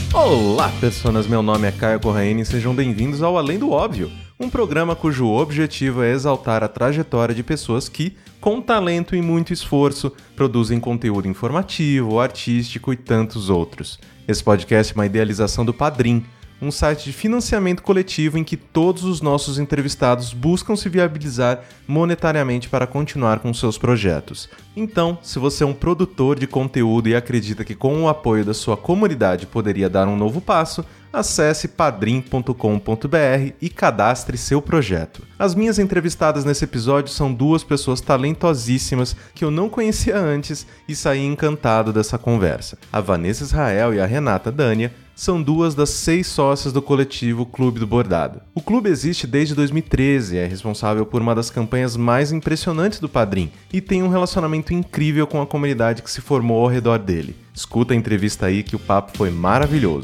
Olá, pessoas! Meu nome é Caio Corraine e sejam bem-vindos ao Além do Óbvio, um programa cujo objetivo é exaltar a trajetória de pessoas que, com talento e muito esforço, produzem conteúdo informativo, artístico e tantos outros. Esse podcast é uma idealização do Padrim, um site de financiamento coletivo em que todos os nossos entrevistados buscam se viabilizar monetariamente para continuar com seus projetos. Então, se você é um produtor de conteúdo e acredita que com o apoio da sua comunidade poderia dar um novo passo, acesse padrim.com.br e cadastre seu projeto. As minhas entrevistadas nesse episódio são duas pessoas talentosíssimas que eu não conhecia antes e saí encantado dessa conversa. A Vanessa Israel e a Renata Dânia são duas das 6 sócias do coletivo Clube do Bordado. O clube existe desde 2013 e é responsável por uma das campanhas mais impressionantes do Padrim e tem um relacionamento incrível com a comunidade que se formou ao redor dele. Escuta a entrevista aí que o papo foi maravilhoso.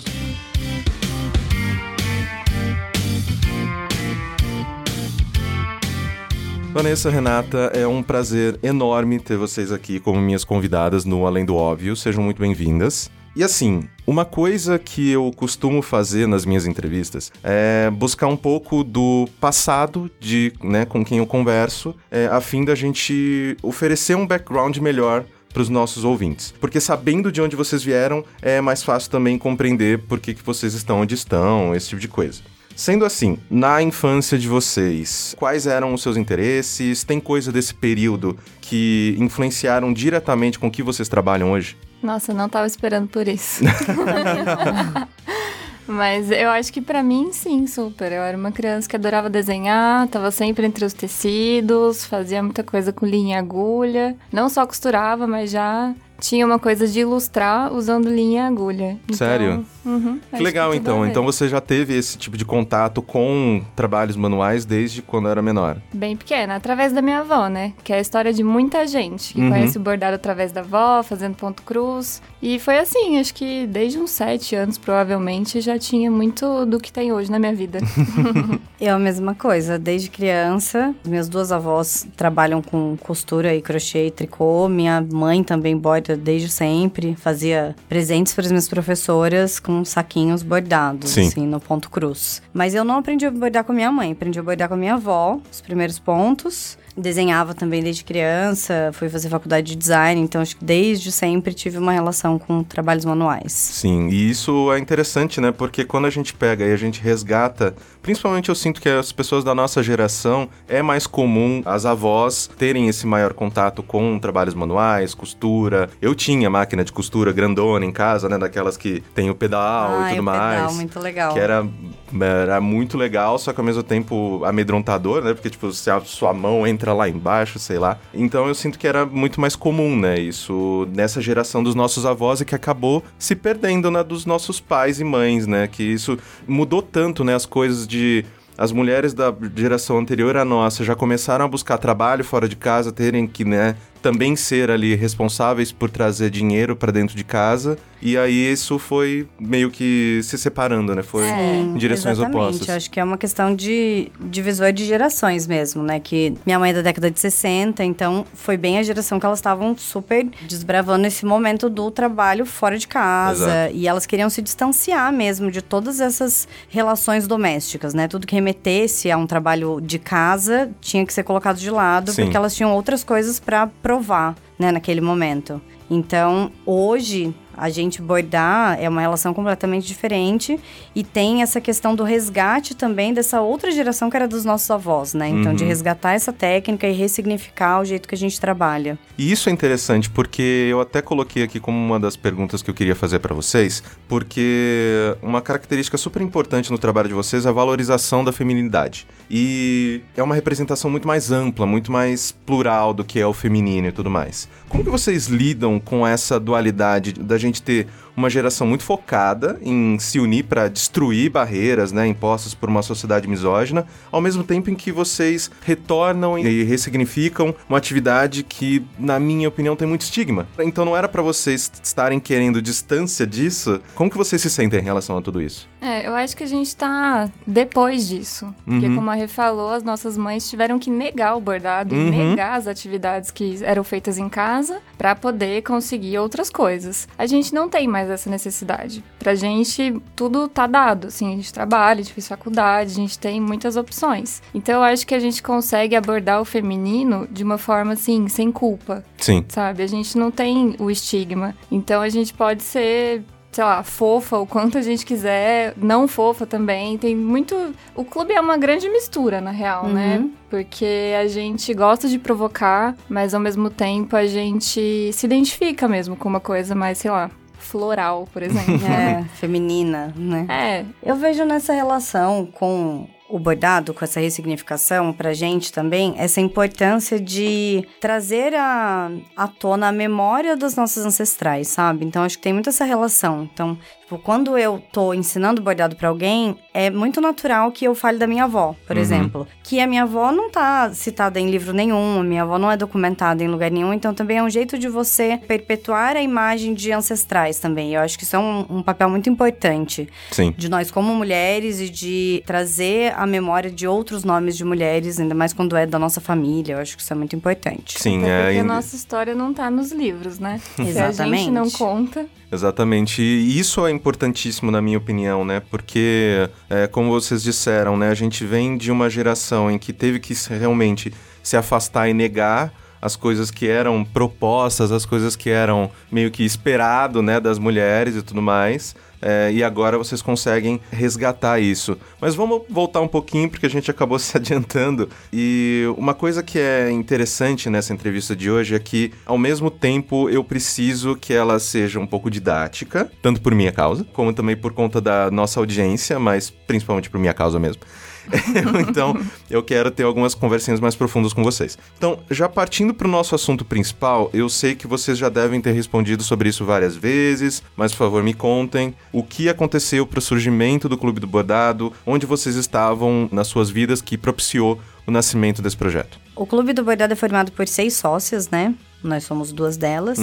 Vanessa, Renata, é um prazer enorme ter vocês aqui como minhas convidadas no Além do Óbvio. Sejam muito bem-vindas. E assim, uma coisa que eu costumo fazer nas minhas entrevistas é buscar um pouco do passado com quem eu converso, a fim da gente oferecer um background melhor para os nossos ouvintes. Porque sabendo de onde vocês vieram, é mais fácil também compreender por que vocês estão onde estão, esse tipo de coisa. Sendo assim, na infância de vocês, quais eram os seus interesses? Tem coisa desse período que influenciaram diretamente com o que vocês trabalham hoje? Nossa, eu não tava esperando por isso. Mas eu acho que pra mim, sim, super. Eu era uma criança que adorava desenhar, tava sempre entre os tecidos, fazia muita coisa com linha e agulha. Não só costurava, mas já tinha uma coisa de ilustrar usando linha e agulha. Então, sério? Que legal, então. Então você já teve esse tipo de contato com trabalhos manuais desde quando era menor? Bem pequena, através da minha avó, né? Que é a história de muita gente que conhece o bordado através da avó, fazendo ponto cruz. E foi assim, acho que desde uns 7 anos, provavelmente, já tinha muito do que tem hoje na minha vida. Eu a mesma coisa, desde criança. Minhas 2 avós trabalham com costura e crochê e tricô. Minha mãe também borda desde sempre. Fazia presentes para as minhas professoras com saquinhos bordados, sim, assim, no ponto cruz. Mas eu não aprendi a bordar com minha mãe, aprendi a bordar com a minha avó, os primeiros pontos. Desenhava também desde criança, fui fazer faculdade de design, então acho que desde sempre tive uma relação com trabalhos manuais. Sim, e isso é interessante, né? Porque quando a gente pega e a gente resgata, principalmente eu sinto que as pessoas da nossa geração, é mais comum as avós terem esse maior contato com trabalhos manuais, costura. Eu tinha máquina de costura grandona em casa, né? Daquelas que tem o pedal e tudo mais. Pedal, muito legal. Que era muito legal, só que ao mesmo tempo amedrontador, né? Porque, tipo, se a sua mão entra lá embaixo, sei lá. Então eu sinto que era muito mais comum, né? Isso nessa geração dos nossos avós e que acabou se perdendo na dos nossos pais e mães, né? Que isso mudou tanto, né? As coisas de... As mulheres da geração anterior à nossa já começaram a buscar trabalho fora de casa, terem que, né, também ser ali responsáveis por trazer dinheiro para dentro de casa. E aí isso foi meio que se separando, né? Foi em direções opostas. Acho que é uma questão de divisor de gerações mesmo, né? Que minha mãe é da década de 60, então foi bem a geração que elas estavam super desbravando esse momento do trabalho fora de casa. Exato. E elas queriam se distanciar mesmo de todas essas relações domésticas, né? Tudo que remetesse a um trabalho de casa tinha que ser colocado de lado, sim, porque elas tinham outras coisas para provar, né, naquele momento. Então, hoje, a gente bordar é uma relação completamente diferente e tem essa questão do resgate também dessa outra geração que era dos nossos avós, né? Então, de resgatar essa técnica e ressignificar o jeito que a gente trabalha. E isso é interessante porque eu até coloquei aqui como uma das perguntas que eu queria fazer para vocês, porque uma característica super importante no trabalho de vocês é a valorização da feminilidade. E é uma representação muito mais ampla, muito mais plural do que é o feminino e tudo mais. Como que vocês lidam com essa dualidade da gente ter uma geração muito focada em se unir para destruir barreiras, né, impostas por uma sociedade misógina, ao mesmo tempo em que vocês retornam e ressignificam uma atividade que, na minha opinião, tem muito estigma. Então não era para vocês estarem querendo distância disso? Como que vocês se sentem em relação a tudo isso? Eu acho que a gente tá depois disso. Porque, como a Rê falou, as nossas mães tiveram que negar o bordado e negar as atividades que eram feitas em casa para poder conseguir outras coisas. A gente não tem mais mais essa necessidade. Pra gente, tudo tá dado, assim, a gente trabalha, a gente fez faculdade, a gente tem muitas opções. Então, eu acho que a gente consegue abordar o feminino de uma forma, assim, sem culpa. Sim. Sabe? A gente não tem o estigma. Então, a gente pode ser, sei lá, fofa o quanto a gente quiser, não fofa também. Tem muito... O clube é uma grande mistura, na real, né? Porque a gente gosta de provocar, mas ao mesmo tempo a gente se identifica mesmo com uma coisa mais, sei lá, floral, por exemplo. Feminina, né? É. Eu vejo nessa relação com o bordado, com essa ressignificação, pra gente também, essa importância de trazer à tona a memória dos nossos ancestrais, sabe? Então, acho que tem muito essa relação. Então, tipo, quando eu tô ensinando bordado pra alguém, é muito natural que eu fale da minha avó, por exemplo. Que a minha avó não tá citada em livro nenhum, a minha avó não é documentada em lugar nenhum, então também é um jeito de você perpetuar a imagem de ancestrais também. Eu acho que isso é um papel muito importante. Sim. De nós como mulheres e de trazer a memória de outros nomes de mulheres, ainda mais quando é da nossa família. Eu acho que isso é muito importante. Sim, Até porque a nossa história não tá nos livros, né? Exatamente. Se a gente não conta... Exatamente, e isso é importantíssimo na minha opinião, né, porque, como vocês disseram, né, a gente vem de uma geração em que teve que realmente se afastar e negar as coisas que eram propostas, as coisas que eram meio que esperado, né, das mulheres e tudo mais. E agora vocês conseguem resgatar isso. Mas vamos voltar um pouquinho, porque a gente acabou se adiantando. E uma coisa que é interessante nessa entrevista de hoje é que, ao mesmo tempo, eu preciso que ela seja um pouco didática, tanto por minha causa, como também por conta da nossa audiência, mas principalmente por minha causa mesmo. Então, eu quero ter algumas conversinhas mais profundas com vocês. Então, já partindo para o nosso assunto principal, eu sei que vocês já devem ter respondido sobre isso várias vezes, mas, por favor, me contem o que aconteceu para o surgimento do Clube do Bordado, onde vocês estavam nas suas vidas que propiciou o nascimento desse projeto. O Clube do Bordado é formado por 6 sócias, né? Nós somos 2 delas.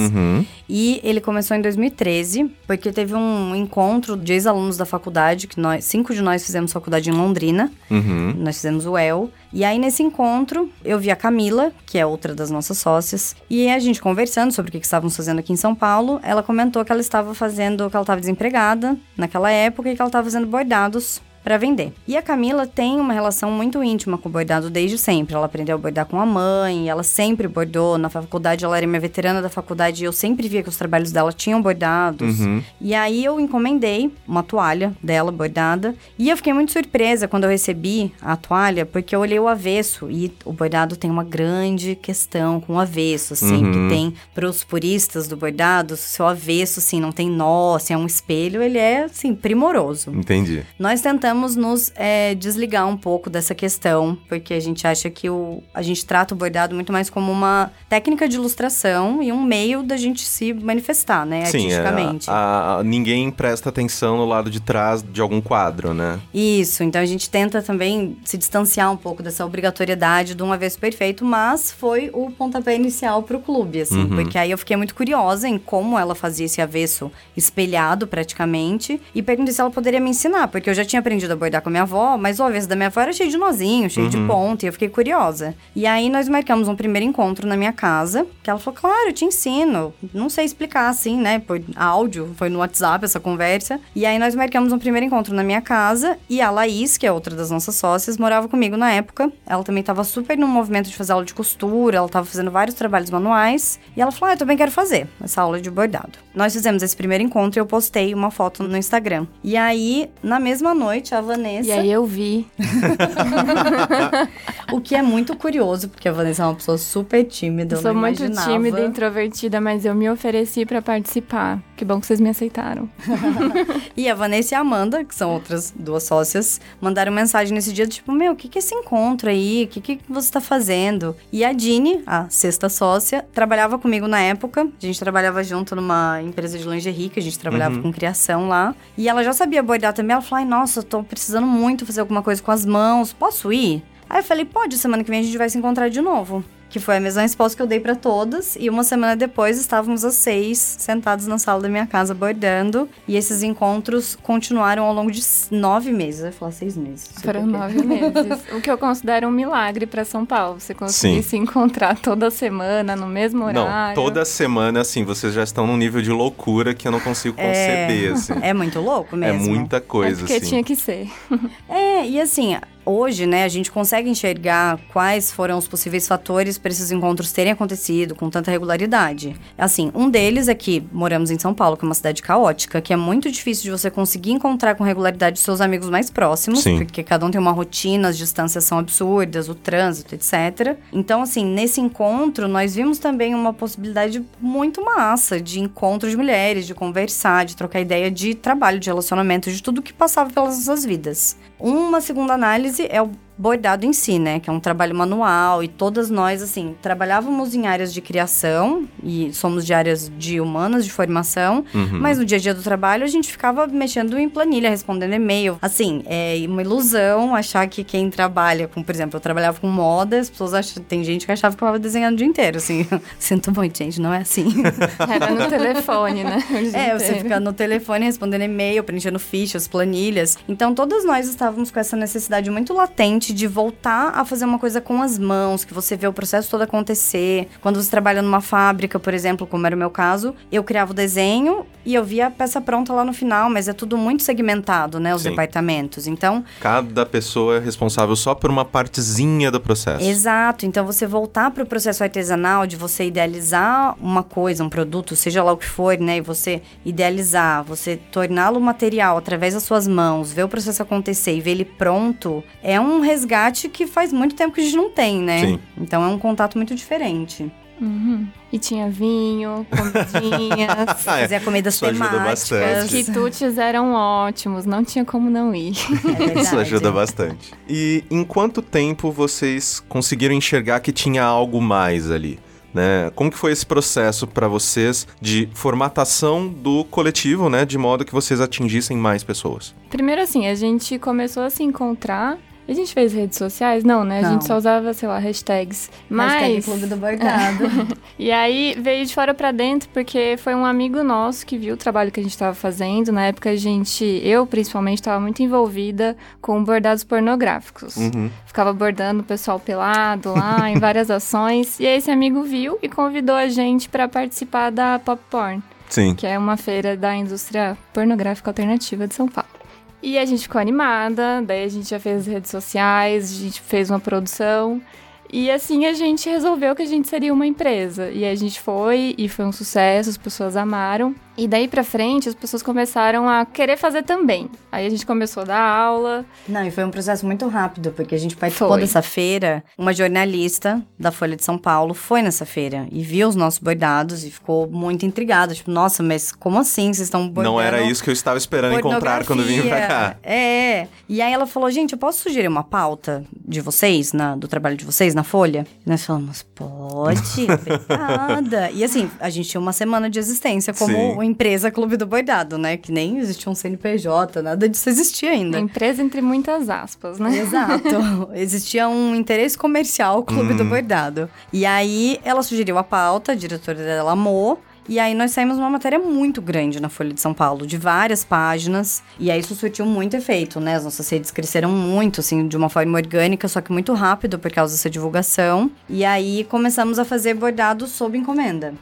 E ele começou em 2013, porque teve um encontro de ex-alunos da faculdade, que 5 de nós fizemos faculdade em Londrina. Nós fizemos o EL. E aí, nesse encontro, eu vi a Camila, que é outra das nossas sócias, e a gente conversando sobre o que estávamos fazendo aqui em São Paulo, ela comentou que ela estava desempregada naquela época e que ela estava fazendo bordados para vender. E a Camila tem uma relação muito íntima com o bordado desde sempre. Ela aprendeu a bordar com a mãe, ela sempre bordou. Na faculdade, ela era minha veterana da faculdade e eu sempre via que os trabalhos dela tinham bordados. E aí, eu encomendei uma toalha dela bordada. E eu fiquei muito surpresa quando eu recebi a toalha, porque eu olhei o avesso. E o bordado tem uma grande questão com o avesso, assim. Que tem, pros puristas do bordado, se o avesso, assim, não tem nó, se é um espelho, ele é, assim, primoroso. Entendi. Nós tentamos nos desligar um pouco dessa questão, porque a gente acha que a gente trata o bordado muito mais como uma técnica de ilustração e um meio da gente se manifestar, né, artisticamente. Ninguém presta atenção no lado de trás de algum quadro, né? Isso, então a gente tenta também se distanciar um pouco dessa obrigatoriedade de um avesso perfeito, mas foi o pontapé inicial pro clube, assim, porque aí eu fiquei muito curiosa em como ela fazia esse avesso espelhado praticamente e perguntei se ela poderia me ensinar, porque eu já tinha aprendido a bordar com a minha avó, mas o avesso da minha avó era cheio de nozinho, cheio de ponta, e eu fiquei curiosa. E aí, nós marcamos um primeiro encontro na minha casa, que ela falou, claro, eu te ensino. Não sei explicar, assim, né, por áudio, foi no WhatsApp essa conversa. E aí, nós marcamos um primeiro encontro na minha casa, e a Laís, que é outra das nossas sócias, morava comigo na época. Ela também tava super no movimento de fazer aula de costura, ela tava fazendo vários trabalhos manuais, e ela falou, eu também quero fazer essa aula de bordado. Nós fizemos esse primeiro encontro e eu postei uma foto no Instagram. E aí, na mesma noite, a Vanessa... E aí eu vi. O que é muito curioso, porque a Vanessa é uma pessoa super tímida, eu sou muito tímida e introvertida, mas eu me ofereci pra participar. Que bom que vocês me aceitaram. E a Vanessa e a Amanda, que são outras 2 sócias, mandaram mensagem nesse dia, tipo, o que é esse encontro aí? O que você tá fazendo? E a Dini, a 6ª sócia, trabalhava comigo na época. A gente trabalhava junto numa empresa de lingerie, que a gente trabalhava com criação lá. E ela já sabia bordar também. Ela falou, nossa, tô precisando muito fazer alguma coisa com as mãos, posso ir? Aí eu falei, pode, semana que vem a gente vai se encontrar de novo. que foi a mesma resposta que eu dei pra todas. E uma semana depois, estávamos as 6 sentados na sala da minha casa bordando. E esses encontros continuaram ao longo de 9 meses. Eu ia falar 6 meses. Foram 9 meses. O que eu considero um milagre pra São Paulo. Você conseguir se encontrar toda semana, no mesmo horário. Não, toda semana, assim, vocês já estão num nível de loucura que eu não consigo conceber, assim. É muito louco mesmo. É muita coisa, porque assim. tinha que ser. E assim, hoje, né, a gente consegue enxergar quais foram os possíveis fatores para esses encontros terem acontecido com tanta regularidade. Assim, um deles é que moramos em São Paulo, que é uma cidade caótica, que é muito difícil de você conseguir encontrar com regularidade seus amigos mais próximos, porque cada um tem uma rotina, as distâncias são absurdas, o trânsito, etc. Então, assim, nesse encontro, nós vimos também uma possibilidade muito massa de encontro de mulheres, de conversar, de trocar ideia de trabalho, de relacionamento, de tudo que passava pelas nossas vidas. Uma segunda análise é o bordado em si, né? Que é um trabalho manual e todas nós, assim, trabalhávamos em áreas de criação e somos de áreas de humanas, de formação, mas no dia a dia do trabalho a gente ficava mexendo em planilha, respondendo e-mail. Assim, é uma ilusão achar que quem trabalha com, por exemplo, eu trabalhava com moda, as pessoas acham, tem gente que achava que eu estava desenhando o dia inteiro, assim. Sinto muito, gente, não é assim. Era no telefone, né? Você fica no telefone respondendo e-mail, preenchendo fichas, planilhas. Então, todas nós estávamos com essa necessidade muito latente de voltar a fazer uma coisa com as mãos, que você vê o processo todo acontecer. Quando você trabalha numa fábrica, por exemplo, como era o meu caso, eu criava o desenho e eu via a peça pronta lá no final, mas é tudo muito segmentado, né, os departamentos. Então, cada pessoa é responsável só por uma partezinha do processo. Exato. Então, você voltar para o processo artesanal de você idealizar uma coisa, um produto, seja lá o que for, né, e você idealizar, você torná-lo material através das suas mãos, ver o processo acontecer e ver ele pronto, é um resgate que faz muito tempo que a gente não tem, né? Sim. Então é um contato muito diferente. E tinha vinho, comidinhas. Fazia comidas Isso ajuda temáticas. bastante. Os quitutes eram ótimos, não tinha como não ir. É verdade. Isso ajuda bastante. E em quanto tempo vocês conseguiram enxergar que tinha algo mais ali? Né? Como que foi esse processo para vocês de formatação do coletivo, né? De modo que vocês atingissem mais pessoas? Primeiro assim, a gente começou a se encontrar. A gente fez redes sociais? Não, né? A gente só usava, sei lá, hashtags. Hashtag Clube do Bordado. E aí veio de fora pra dentro, porque foi um amigo nosso que viu o trabalho que a gente tava fazendo. Na época eu principalmente, tava muito envolvida com bordados pornográficos. Ficava bordando o pessoal pelado lá, em várias ações. E aí esse amigo viu e convidou a gente pra participar da Pop Porn. Sim. Que é uma feira da indústria pornográfica alternativa de São Paulo. E a gente ficou animada, daí a gente já fez as redes sociais, a gente fez uma produção. E assim a gente resolveu que a gente seria uma empresa. E a gente foi, e foi um sucesso, as pessoas amaram. E daí pra frente, as pessoas começaram a querer fazer também. Aí a gente começou a dar aula. Não, e foi um processo muito rápido, porque a gente participou dessa feira. Uma jornalista da Folha de São Paulo foi nessa feira e viu os nossos bordados e ficou muito intrigada. Tipo, nossa, mas como assim vocês estão bordando? Não era isso que eu estava esperando encontrar quando vim pra cá. E aí ela falou, gente, eu posso sugerir uma pauta de vocês, do trabalho de vocês na Folha? E nós falamos, pode, obrigada. E assim, a gente tinha uma semana de existência como empresa Clube do Bordado, né? Que nem existia um CNPJ, nada disso existia ainda. Empresa entre muitas aspas, né? Exato. Existia um interesse comercial Clube do Bordado. E aí, ela sugeriu a pauta, a diretora dela amou. E aí nós saímos uma matéria muito grande na Folha de São Paulo, de várias páginas. E aí isso surtiu muito efeito, né? As nossas redes cresceram muito, assim, de uma forma orgânica, só que muito rápido por causa dessa divulgação. E aí começamos a fazer bordados sob encomenda.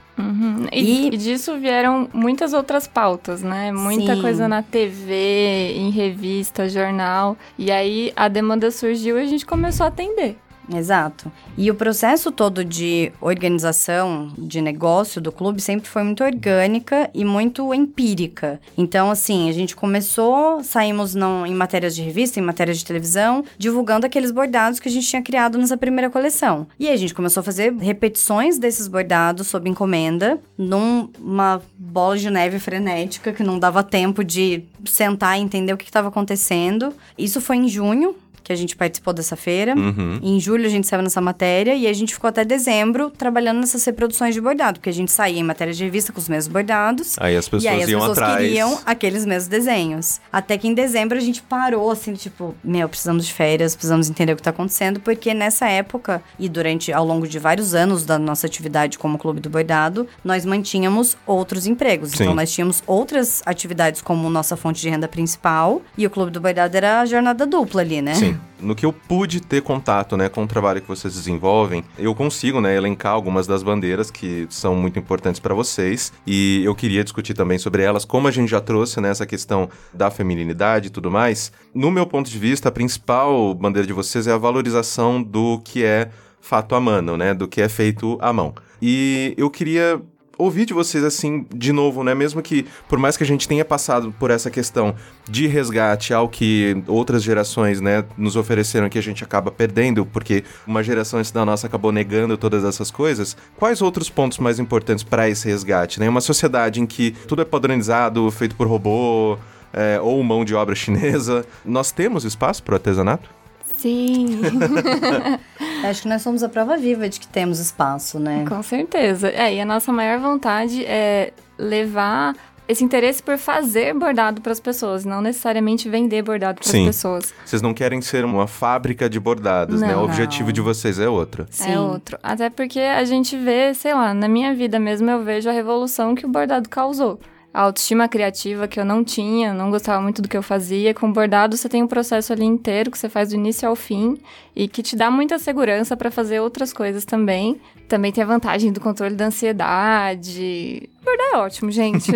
E disso vieram muitas outras pautas, né? Muita coisa na TV, em revista, jornal. E aí a demanda surgiu e a gente começou a atender. Exato. E o processo todo de organização de negócio do clube sempre foi muito orgânica e muito empírica. Então, assim, a gente saímos em matérias de revista, em matérias de televisão, divulgando aqueles bordados que a gente tinha criado nessa primeira coleção. E aí a gente começou a fazer repetições desses bordados sob encomenda, numa bola de neve frenética que não dava tempo de sentar e entender o que estava acontecendo. Isso foi em junho que a gente participou dessa feira. Em julho a gente saiu nessa matéria e a gente ficou até dezembro trabalhando nessas reproduções de bordado, porque a gente saía em matéria de revista com os mesmos bordados. Aí as pessoas iam atrás. Queriam aqueles mesmos desenhos. Até que em dezembro a gente parou, assim, tipo, precisamos de férias, precisamos entender o que tá acontecendo, porque nessa época e ao longo de vários anos da nossa atividade como Clube do Bordado, nós mantínhamos outros empregos. Sim. Então nós tínhamos outras atividades como nossa fonte de renda principal e o Clube do Bordado era a jornada dupla ali, né? Sim. No que eu pude ter contato, né, com o trabalho que vocês desenvolvem, eu consigo, né, elencar algumas das bandeiras que são muito importantes para vocês, e eu queria discutir também sobre elas, como a gente já trouxe, né, essa questão da feminilidade e tudo mais. No meu ponto de vista, a principal bandeira de vocês é a valorização do que é fato a mano, né, do que é feito à mão. E eu queria ouvir de vocês, assim, de novo, né? Mesmo que, por mais que a gente tenha passado por essa questão de resgate ao que outras gerações, né, nos ofereceram, que a gente acaba perdendo, porque uma geração antes da nossa acabou negando todas essas coisas, quais outros pontos mais importantes para esse resgate, né? Uma sociedade em que tudo é padronizado, feito por robô, ou mão de obra chinesa. Nós temos espaço para o artesanato? Sim. Acho que nós somos a prova viva de que temos espaço, né? Com certeza. E a nossa maior vontade é levar esse interesse por fazer bordado para as pessoas, não necessariamente vender bordado para as pessoas. Vocês não querem ser uma fábrica de bordados, né? O objetivo de vocês é outro. Sim. É outro. Até porque a gente vê, sei lá, na minha vida mesmo eu vejo a revolução que o bordado causou. A autoestima criativa que eu não tinha, não gostava muito do que eu fazia. Com bordado você tem um processo ali inteiro que você faz do início ao fim e que te dá muita segurança para fazer outras coisas também. Também tem a vantagem do controle da ansiedade. Bordar é ótimo, gente.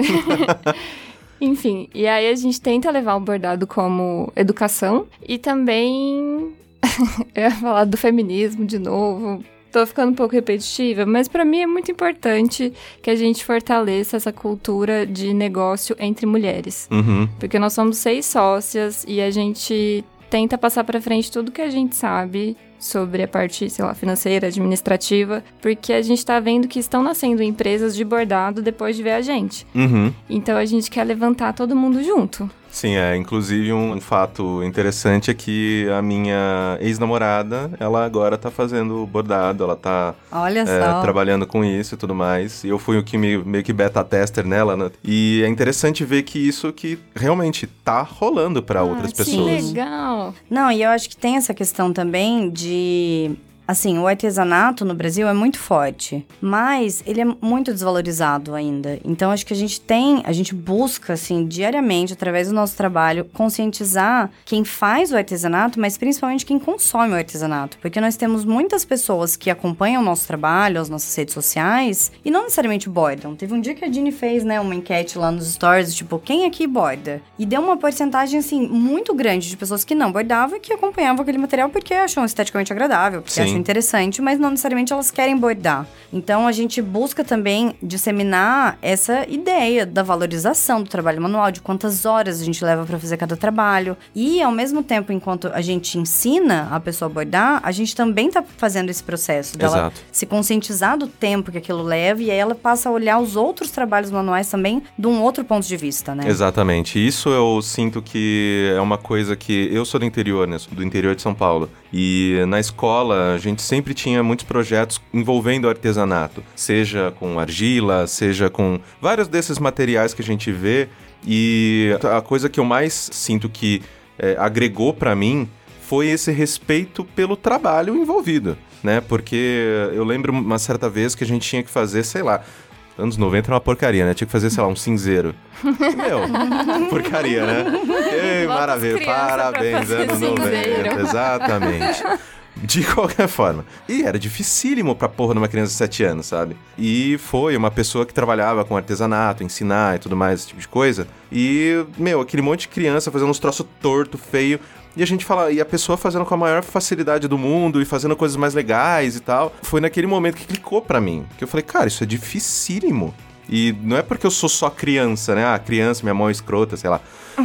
Enfim, e aí a gente tenta levar o bordado como educação e também eu ia falar do feminismo de novo. Tô ficando um pouco repetitiva, mas pra mim é muito importante que a gente fortaleça essa cultura de negócio entre mulheres. Porque nós somos 6 sócias e a gente tenta passar pra frente tudo que a gente sabe sobre a parte, sei lá, financeira, administrativa, porque a gente tá vendo que estão nascendo empresas de bordado depois de ver a gente. Então a gente quer levantar todo mundo junto. Sim, inclusive um fato interessante é que a minha ex-namorada, ela agora tá fazendo bordado, ela tá trabalhando com isso e tudo mais. E eu fui o que meio que beta-tester nela, né? E é interessante ver que isso que realmente tá rolando para outras pessoas. Que legal! Não, e eu acho que tem essa questão também de... Assim, o artesanato no Brasil é muito forte, mas ele é muito desvalorizado ainda. Então, acho que a gente busca, assim, diariamente, através do nosso trabalho, conscientizar quem faz o artesanato, mas principalmente quem consome o artesanato. Porque nós temos muitas pessoas que acompanham o nosso trabalho, as nossas redes sociais, e não necessariamente bordam. Teve um dia que a Dini fez, né, uma enquete lá nos stories, tipo, quem aqui borda? E deu uma porcentagem, assim, muito grande de pessoas que não bordavam e que acompanhavam aquele material porque acham esteticamente agradável, porque acham interessante, mas não necessariamente elas querem bordar. Então, a gente busca também disseminar essa ideia da valorização do trabalho manual, de quantas horas a gente leva para fazer cada trabalho. E, ao mesmo tempo, enquanto a gente ensina a pessoa a bordar, a gente também tá fazendo esse processo dela se conscientizar do tempo que aquilo leva e aí ela passa a olhar os outros trabalhos manuais também de um outro ponto de vista, né? Exatamente. Isso eu sinto que é uma coisa que... Eu sou do interior, né? Do interior de São Paulo. E na escola, a gente sempre tinha muitos projetos envolvendo artesanato. Seja com argila, seja com vários desses materiais que a gente vê. E a coisa que eu mais sinto que agregou pra mim foi esse respeito pelo trabalho envolvido, né? Porque eu lembro uma certa vez que a gente tinha que fazer, sei lá... Anos 90 era uma porcaria, né? Tinha que fazer, sei lá, um cinzeiro. Porcaria, né? Ei, maravilha, parabéns, anos 90. Exatamente. De qualquer forma. E era dificílimo pra porra numa criança de 7 anos, sabe? E foi uma pessoa que trabalhava com artesanato, ensinar e tudo mais, esse tipo de coisa. E, aquele monte de criança fazendo uns troços torto, feio. E a gente fala, e a pessoa fazendo com a maior facilidade do mundo e fazendo coisas mais legais e tal. Foi naquele momento que clicou pra mim. Que eu falei, cara, isso é dificílimo. E não é porque eu sou só criança, né? Criança, minha mão é escrota, sei lá.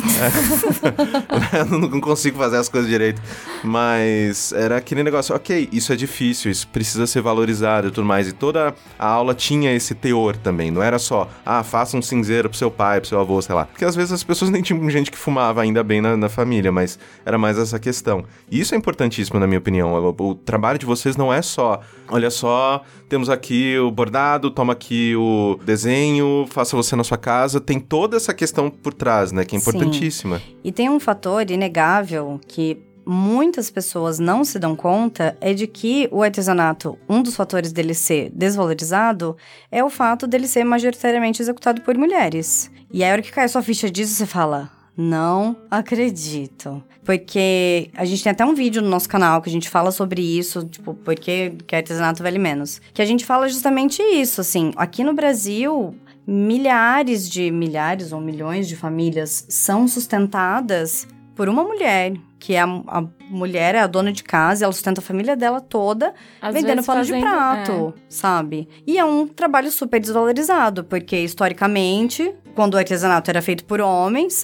Eu não consigo fazer as coisas direito. Mas era aquele negócio, ok, isso é difícil, isso precisa ser valorizado e tudo mais. E toda a aula tinha esse teor também. Não era só, faça um cinzeiro pro seu pai, pro seu avô, sei lá. Porque às vezes as pessoas nem tinham gente que fumava ainda bem na família, mas era mais essa questão. E isso é importantíssimo, na minha opinião. O trabalho de vocês não é só, olha só, temos aqui o bordado, toma aqui o desenho, faça você na sua casa. Tem toda essa questão por trás, né? Que é importantíssima. Sim. E tem um fator inegável que muitas pessoas não se dão conta, é de que o artesanato, um dos fatores dele ser desvalorizado, é o fato dele ser majoritariamente executado por mulheres. E aí, a hora que cai a sua ficha disso, você fala, não acredito. Porque a gente tem até um vídeo no nosso canal que a gente fala sobre isso, tipo, por que artesanato vale menos. Que a gente fala justamente isso, assim, aqui no Brasil, milhares ou milhões de famílias são sustentadas por uma mulher, que é a mulher é a dona de casa, ela sustenta a família dela toda, vendendo pano de prato, sabe? E é um trabalho super desvalorizado, porque historicamente, quando o artesanato era feito por homens,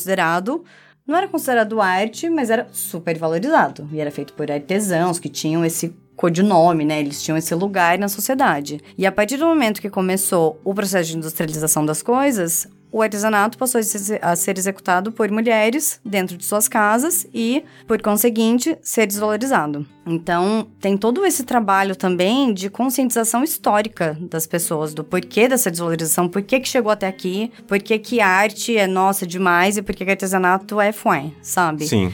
não era considerado arte, mas era super valorizado. E era feito por artesãos que tinham esse codinome, né? Eles tinham esse lugar na sociedade. E a partir do momento que começou o processo de industrialização das coisas, o artesanato passou a ser executado por mulheres dentro de suas casas e, por conseguinte, ser desvalorizado. Então, tem todo esse trabalho também de conscientização histórica das pessoas, do porquê dessa desvalorização, por que chegou até aqui, por que a arte é nossa demais e por que artesanato é fué, sabe? Sim,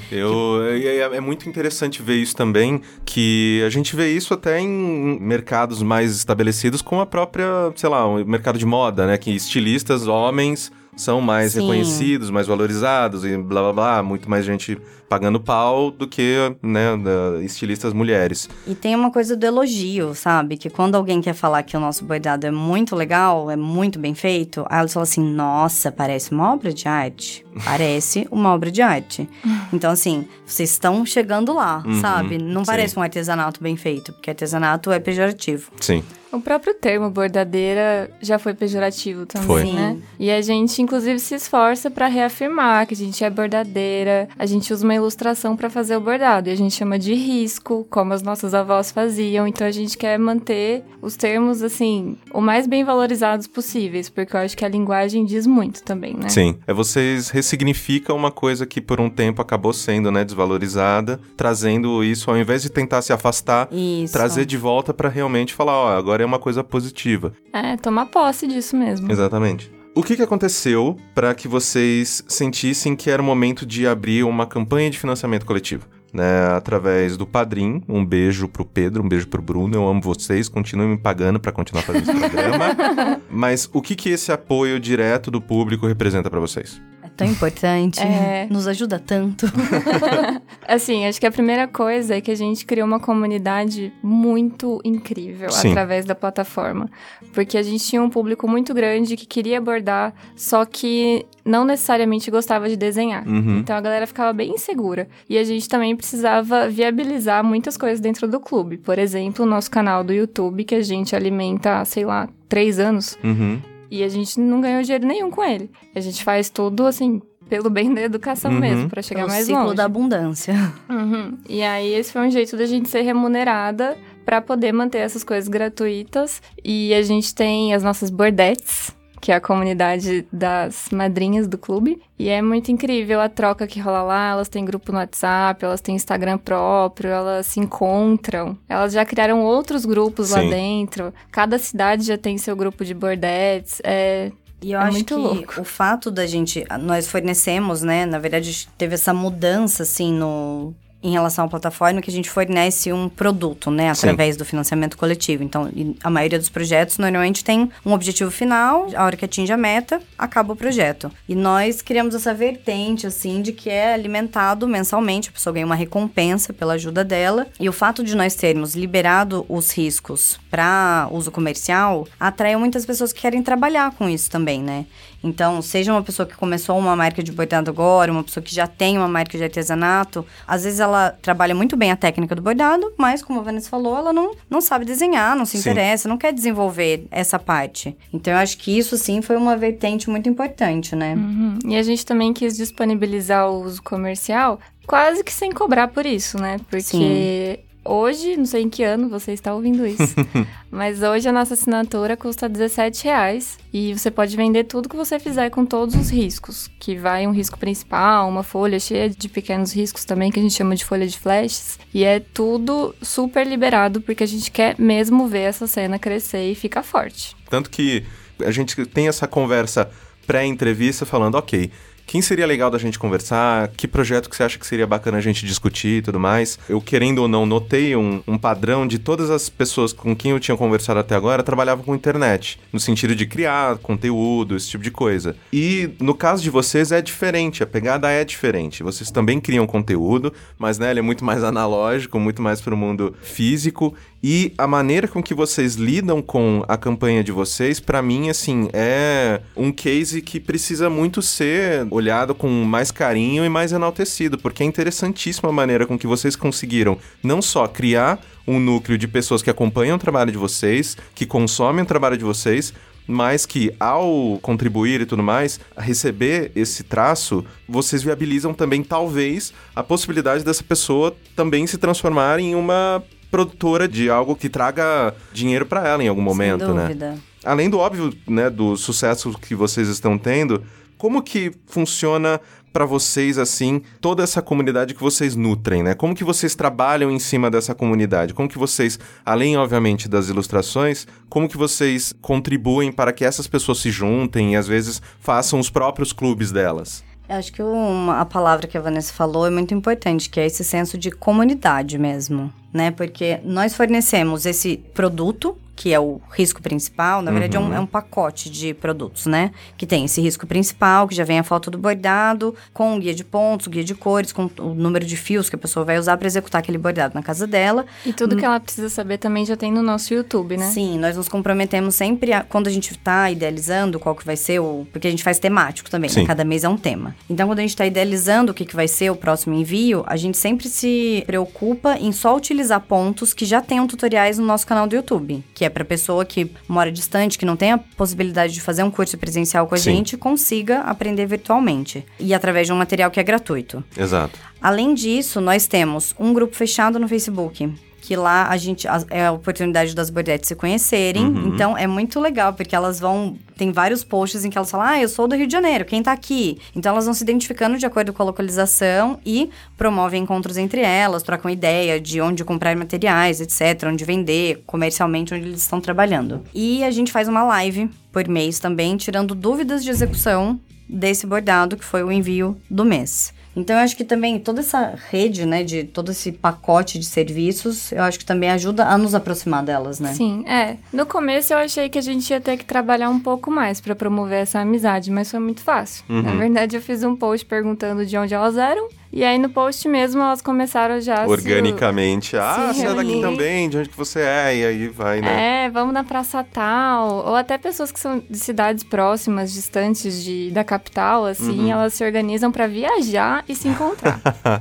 é muito interessante ver isso também, que a gente vê isso até em mercados mais estabelecidos, como a própria, sei lá, o mercado de moda, né? Que estilistas, homens, são mais reconhecidos, mais valorizados e blá blá blá, muito mais gente pagando pau do que, né, estilistas mulheres. E tem uma coisa do elogio, sabe? Que quando alguém quer falar que o nosso bordado é muito legal, é muito bem feito, aí eles falam assim, nossa, parece uma obra de arte. Parece uma obra de arte. Então, assim, vocês estão chegando lá, sabe? Não parece um artesanato bem feito, porque artesanato é pejorativo. Sim. O próprio termo bordadeira já foi pejorativo também, né? E a gente, inclusive, se esforça pra reafirmar que a gente é bordadeira. A gente usa uma ilustração pra fazer o bordado. E a gente chama de risco, como as nossas avós faziam. Então, a gente quer manter os termos, assim, o mais bem valorizados possíveis. Porque eu acho que a linguagem diz muito também, né? Sim. Vocês ressignificam uma coisa que por um tempo acabou sendo, né, desvalorizada. Trazendo isso, ao invés de tentar se afastar, trazer de volta pra realmente falar, ó, agora é uma coisa positiva. Tomar posse disso mesmo. Exatamente. O que aconteceu para que vocês sentissem que era o momento de abrir uma campanha de financiamento coletivo? Né, através do Padrim, um beijo pro Pedro, um beijo pro Bruno, eu amo vocês, continuem me pagando para continuar fazendo esse programa. Mas o que esse apoio direto do público representa para vocês? É tão importante, nos ajuda tanto. Assim, acho que a primeira coisa é que a gente criou uma comunidade muito incrível através da plataforma. Porque a gente tinha um público muito grande que queria bordar, só que não necessariamente gostava de desenhar. Então a galera ficava bem insegura. E a gente também precisava viabilizar muitas coisas dentro do clube. Por exemplo, o nosso canal do YouTube, que a gente alimenta há, sei lá, 3 anos. E a gente não ganhou dinheiro nenhum com ele. A gente faz tudo, assim, pelo bem da educação mesmo, pra chegar mais longe. O ciclo da abundância. E aí, esse foi um jeito da gente ser remunerada pra poder manter essas coisas gratuitas. E a gente tem as nossas bordetes, que é a comunidade das madrinhas do clube. E é muito incrível a troca que rola lá. Elas têm grupo no WhatsApp, elas têm Instagram próprio, elas se encontram. Elas já criaram outros grupos lá dentro. Cada cidade já tem seu grupo de bordetes. E eu acho que louco. O fato da gente... Nós fornecemos, né? Na verdade, teve essa mudança, assim, em relação à plataforma, que a gente fornece um produto, né? Através do financiamento coletivo. Então, a maioria dos projetos, normalmente, tem um objetivo final. A hora que atinge a meta, acaba o projeto. E nós criamos essa vertente, assim, de que é alimentado mensalmente. A pessoa ganha uma recompensa pela ajuda dela. E o fato de nós termos liberado os riscos para uso comercial, atraiu muitas pessoas que querem trabalhar com isso também, né? Então, seja uma pessoa que começou uma marca de bordado agora, uma pessoa que já tem uma marca de artesanato, às vezes ela trabalha muito bem a técnica do bordado, mas, como a Vanessa falou, ela não sabe desenhar, não se interessa, não quer desenvolver essa parte. Então, eu acho que isso, sim, foi uma vertente muito importante, né? E a gente também quis disponibilizar o uso comercial quase que sem cobrar por isso, né? Porque hoje, não sei em que ano você está ouvindo isso, mas hoje a nossa assinatura custa R$17 e você pode vender tudo que você fizer com todos os riscos, que vai um risco principal, uma folha cheia de pequenos riscos também, que a gente chama de folha de flashes, e é tudo super liberado, porque a gente quer mesmo ver essa cena crescer e ficar forte. Tanto que a gente tem essa conversa pré-entrevista falando, ok, quem seria legal da gente conversar? Que projeto que você acha que seria bacana a gente discutir e tudo mais? Eu, querendo ou não, notei um padrão de todas as pessoas com quem eu tinha conversado até agora trabalhavam com internet, no sentido de criar conteúdo, esse tipo de coisa. E no caso de vocês é diferente, a pegada é diferente. Vocês também criam conteúdo, mas né, ele é muito mais analógico, muito mais para o mundo físico. E a maneira com que vocês lidam com a campanha de vocês, pra mim, assim, é um case que precisa muito ser olhado com mais carinho e mais enaltecido, porque é interessantíssima a maneira com que vocês conseguiram não só criar um núcleo de pessoas que acompanham o trabalho de vocês, que consomem o trabalho de vocês, mas que, ao contribuir e tudo mais, a receber esse traço, vocês viabilizam também, talvez, a possibilidade dessa pessoa também se transformar em uma produtora de algo que traga dinheiro para ela em algum momento, sem dúvida, né? Além do óbvio, né, do sucesso que vocês estão tendo, como que funciona para vocês, assim, toda essa comunidade que vocês nutrem, né? Como que vocês trabalham em cima dessa comunidade? Como que vocês, além, obviamente, das ilustrações, como que vocês contribuem para que essas pessoas se juntem e, às vezes, façam os próprios clubes delas? Eu acho que a palavra que a Vanessa falou é muito importante, que é esse senso de comunidade mesmo, né? Porque nós fornecemos esse produto, que é o risco principal, na verdade é um pacote de produtos, né? Que tem esse risco principal, que já vem a foto do bordado, com o guia de pontos, o guia de cores, com o número de fios que a pessoa vai usar para executar aquele bordado na casa dela. E tudo que ela precisa saber também já tem no nosso YouTube, né? Sim, nós nos comprometemos sempre, quando a gente tá idealizando qual que vai ser porque a gente faz temático também, né? Cada mês é um tema. Então, quando a gente tá idealizando o que vai ser o próximo envio, a gente sempre se preocupa em só utilizar pontos que já tenham tutoriais no nosso canal do YouTube, que é para pessoa que mora distante, que não tem a possibilidade de fazer um curso presencial com a gente, consiga aprender virtualmente. E através de um material que é gratuito. Exato. Além disso, nós temos um grupo fechado no Facebook, que lá é a oportunidade das bordetes se conhecerem. Então, é muito legal, porque elas tem vários posts em que elas falam, eu sou do Rio de Janeiro, quem tá aqui? Então, elas vão se identificando de acordo com a localização e promovem encontros entre elas, trocam ideia de onde comprar materiais, etc., onde vender, comercialmente, onde eles estão trabalhando. E a gente faz uma live por mês também, tirando dúvidas de execução desse bordado, que foi o envio do mês. Então, eu acho que também toda essa rede, né, de todo esse pacote de serviços, eu acho que também ajuda a nos aproximar delas, né? Sim, No começo eu achei que a gente ia ter que trabalhar um pouco mais pra promover essa amizade, mas foi muito fácil. Na verdade, eu fiz um post perguntando de onde elas eram, e aí no post mesmo elas começaram já organicamente, você é daqui também, de onde que você é, e aí vai, né? Vamos na praça tal, ou até pessoas que são de cidades próximas, distantes da capital, assim, elas se organizam pra viajar e se encontrar.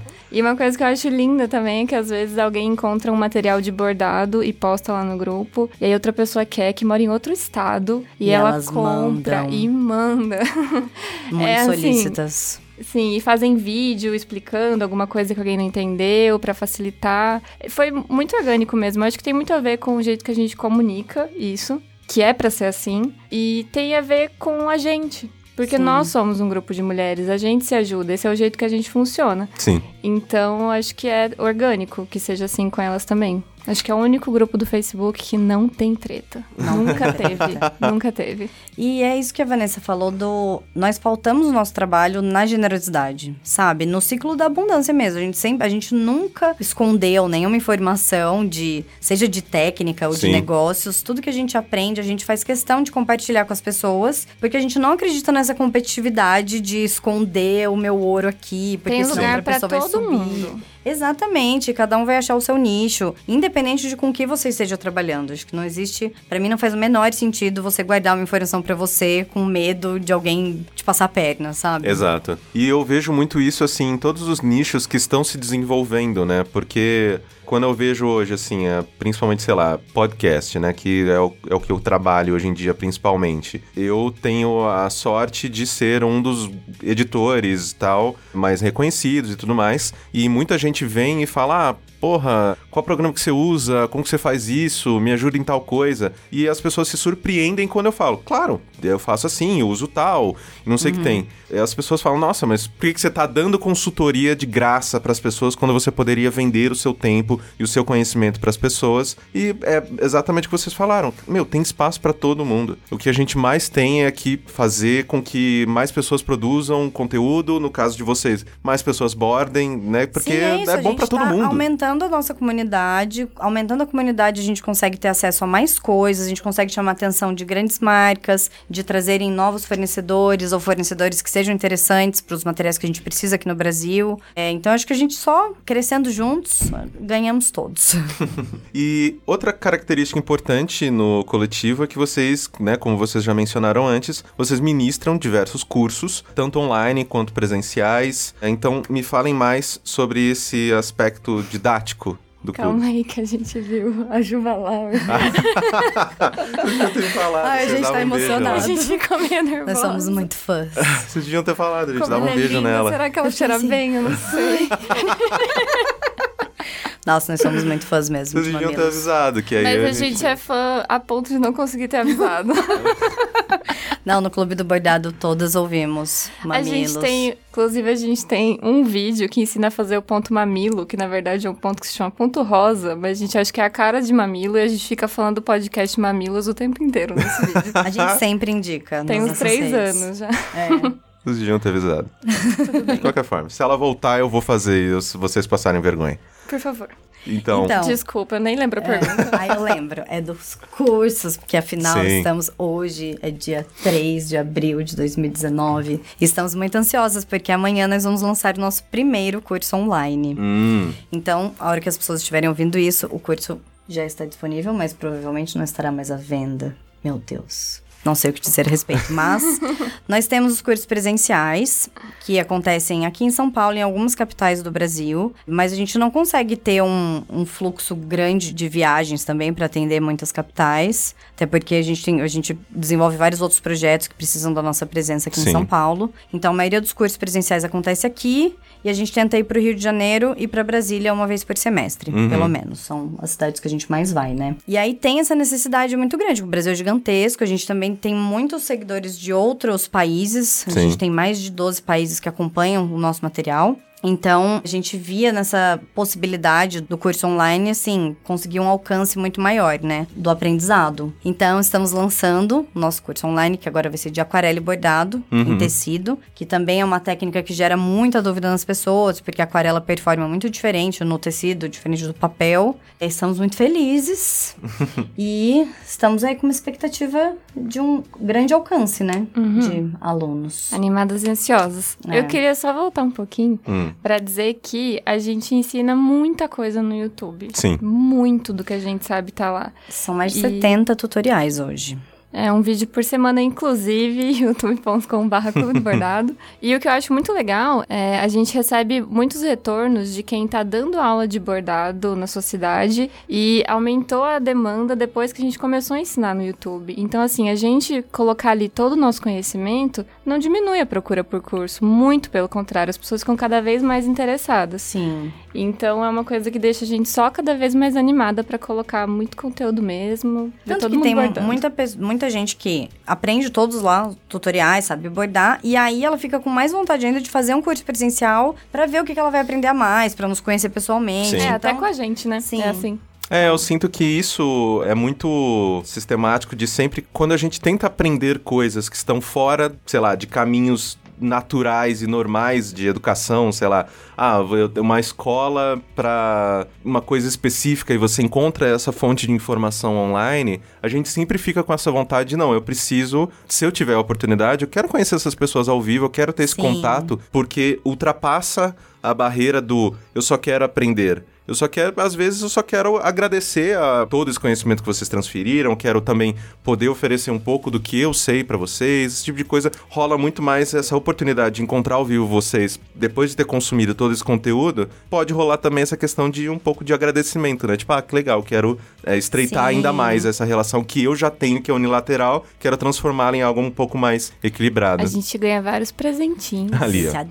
E uma coisa que eu acho linda também é que às vezes alguém encontra um material de bordado e posta lá no grupo, e aí outra pessoa que mora em outro estado, e ela compra e manda. Muito solícitas. Sim, e fazem vídeo explicando alguma coisa que alguém não entendeu, pra facilitar. Foi muito orgânico mesmo. Eu acho que tem muito a ver com o jeito que a gente comunica isso, que é pra ser assim, e tem a ver com a gente. Porque nós somos um grupo de mulheres, a gente se ajuda, esse é o jeito que a gente funciona. Sim. Então, acho que é orgânico que seja assim com elas também. Acho que é o único grupo do Facebook que não tem treta. Nunca teve, nunca teve. E é isso que a Vanessa falou nós pautamos o nosso trabalho na generosidade, sabe? No ciclo da abundância mesmo. A gente nunca escondeu nenhuma informação seja de técnica ou de negócios. Tudo que a gente aprende, a gente faz questão de compartilhar com as pessoas, porque a gente não acredita nessa competitividade de esconder o meu ouro aqui, porque tem lugar outra pessoa vai subir. Mundo. Exatamente, cada um vai achar o seu nicho, independente de com que você esteja trabalhando. Acho que não existe, pra mim não faz o menor sentido você guardar uma informação pra você com medo de alguém te passar a perna, sabe? Exato. E eu vejo muito isso, assim, em todos os nichos que estão se desenvolvendo, né? Porque quando eu vejo hoje, assim, principalmente, sei lá, podcast, né? Que é o que eu trabalho hoje em dia, principalmente. Eu tenho a sorte de ser um dos editores e tal, mais reconhecidos e tudo mais. E muita gente vem e fala, porra, qual programa que você usa? Como que você faz isso? Me ajuda em tal coisa. E as pessoas se surpreendem quando eu falo, claro, eu faço assim, eu uso tal, não sei o que tem. E as pessoas falam, nossa, mas por que você tá dando consultoria de graça pras pessoas quando você poderia vender o seu tempo e o seu conhecimento pras pessoas? E é exatamente o que vocês falaram. Meu, tem espaço pra todo mundo. O que a gente mais tem é que fazer com que mais pessoas produzam conteúdo, no caso de vocês, mais pessoas bordem, né? Porque Sim, é bom pra todo mundo. Aumentando a nossa comunidade, aumentando a comunidade a gente consegue ter acesso a mais coisas, a gente consegue chamar a atenção de grandes marcas, de trazerem novos fornecedores ou fornecedores que sejam interessantes para os materiais que a gente precisa aqui no Brasil. Então acho que a gente só crescendo juntos, ganhamos todos. E outra característica importante no coletivo é que vocês, né, como vocês já mencionaram antes, vocês ministram diversos cursos, tanto online quanto presenciais. Então me falem mais sobre esse aspecto didático do clube. Calma aí que a gente viu a Juva lá. Eu tenho falado, a gente tá emocionado. A gente ficou meio nervosa. Nós somos muito fãs. Vocês deviam ter falado, a gente Como dava um ela é beijo linda. nela. Será que ela cheira bem? Eu não sei. Nossa, nós somos muito fãs mesmo. Vocês deviam ter avisado que aí Mas a gente é fã a ponto de não conseguir ter avisado. Não, no Clube do Bordado todas ouvimos mamilos. Inclusive a gente tem um vídeo que ensina a fazer o ponto mamilo, que na verdade é um ponto que se chama ponto rosa, mas a gente acha que é a cara de mamilo e a gente fica falando do podcast Mamilos o tempo inteiro nesse vídeo. A gente sempre indica. Tem uns 3 anos já. Vocês deviam ter avisado. De qualquer forma, se ela voltar, eu vou fazer se vocês passarem vergonha. Por favor. Então, desculpa, eu nem lembro a pergunta. Eu lembro, é dos cursos, porque afinal hoje é dia 3 de abril de 2019, e estamos muito ansiosas, porque amanhã nós vamos lançar o nosso primeiro curso online. Então, a hora que as pessoas estiverem ouvindo isso, o curso já está disponível, mas provavelmente não estará mais à venda. Meu Deus. Não sei o que dizer a respeito, mas nós temos os cursos presenciais, que acontecem aqui em São Paulo, em algumas capitais do Brasil, mas a gente não consegue ter um fluxo grande de viagens também para atender muitas capitais, até porque a gente desenvolve vários outros projetos que precisam da nossa presença aqui em São Paulo. Então, a maioria dos cursos presenciais acontece aqui, e a gente tenta ir para o Rio de Janeiro e para Brasília uma vez por semestre, pelo menos. São as cidades que a gente mais vai, né? E aí tem essa necessidade muito grande. O Brasil é gigantesco, a gente também tem muitos seguidores de outros países. A gente tem mais de 12 países que acompanham o nosso material. Então, a gente via nessa possibilidade do curso online, assim, conseguir um alcance muito maior, né, do aprendizado. Então, estamos lançando o nosso curso online, que agora vai ser de aquarela e bordado em tecido, que também é uma técnica que gera muita dúvida nas pessoas, porque a aquarela performa muito diferente no tecido, diferente do papel. E estamos muito felizes e estamos aí com uma expectativa de um grande alcance, né, de alunos. Animadas e ansiosas. Eu queria só voltar um pouquinho pra dizer que a gente ensina muita coisa no YouTube. Sim. Muito do que a gente sabe tá lá. São mais de 70 tutoriais hoje. É um vídeo por semana, inclusive, youtube.com/Clube do Bordado. E o que eu acho muito legal é a gente recebe muitos retornos de quem tá dando aula de bordado na sua cidade e aumentou a demanda depois que a gente começou a ensinar no YouTube. Então, assim, a gente colocar ali todo o nosso conhecimento não diminui a procura por curso. Muito pelo contrário, as pessoas ficam cada vez mais interessadas. Sim. Então, é uma coisa que deixa a gente só cada vez mais animada pra colocar muito conteúdo mesmo. Tanto todo que mundo tem bordando. muita gente que aprende todos lá os tutoriais, sabe bordar, e aí ela fica com mais vontade ainda de fazer um curso presencial pra ver o que ela vai aprender a mais, pra nos conhecer pessoalmente. Sim. Até Então, com a gente, né? Sim. É assim. eu sinto que isso é muito sistemático de sempre, quando a gente tenta aprender coisas que estão fora, sei lá, de caminhos naturais e normais de educação, sei lá, uma escola para uma coisa específica e você encontra essa fonte de informação online, a gente sempre fica com essa vontade de, não, eu preciso, se eu tiver a oportunidade, eu quero conhecer essas pessoas ao vivo, eu quero ter esse contato, porque ultrapassa a barreira do eu só quero aprender. Às vezes eu só quero agradecer a todo esse conhecimento que vocês transferiram, quero também poder oferecer um pouco do que eu sei pra vocês, esse tipo de coisa. Rola muito mais essa oportunidade de encontrar ao vivo vocês, depois de ter consumido todo esse conteúdo, pode rolar também essa questão de um pouco de agradecimento, né? Tipo, que legal, quero estreitar ainda mais essa relação que eu já tenho, que é unilateral, quero transformá-la em algo um pouco mais equilibrado. A gente ganha vários presentinhos. Ali, ó.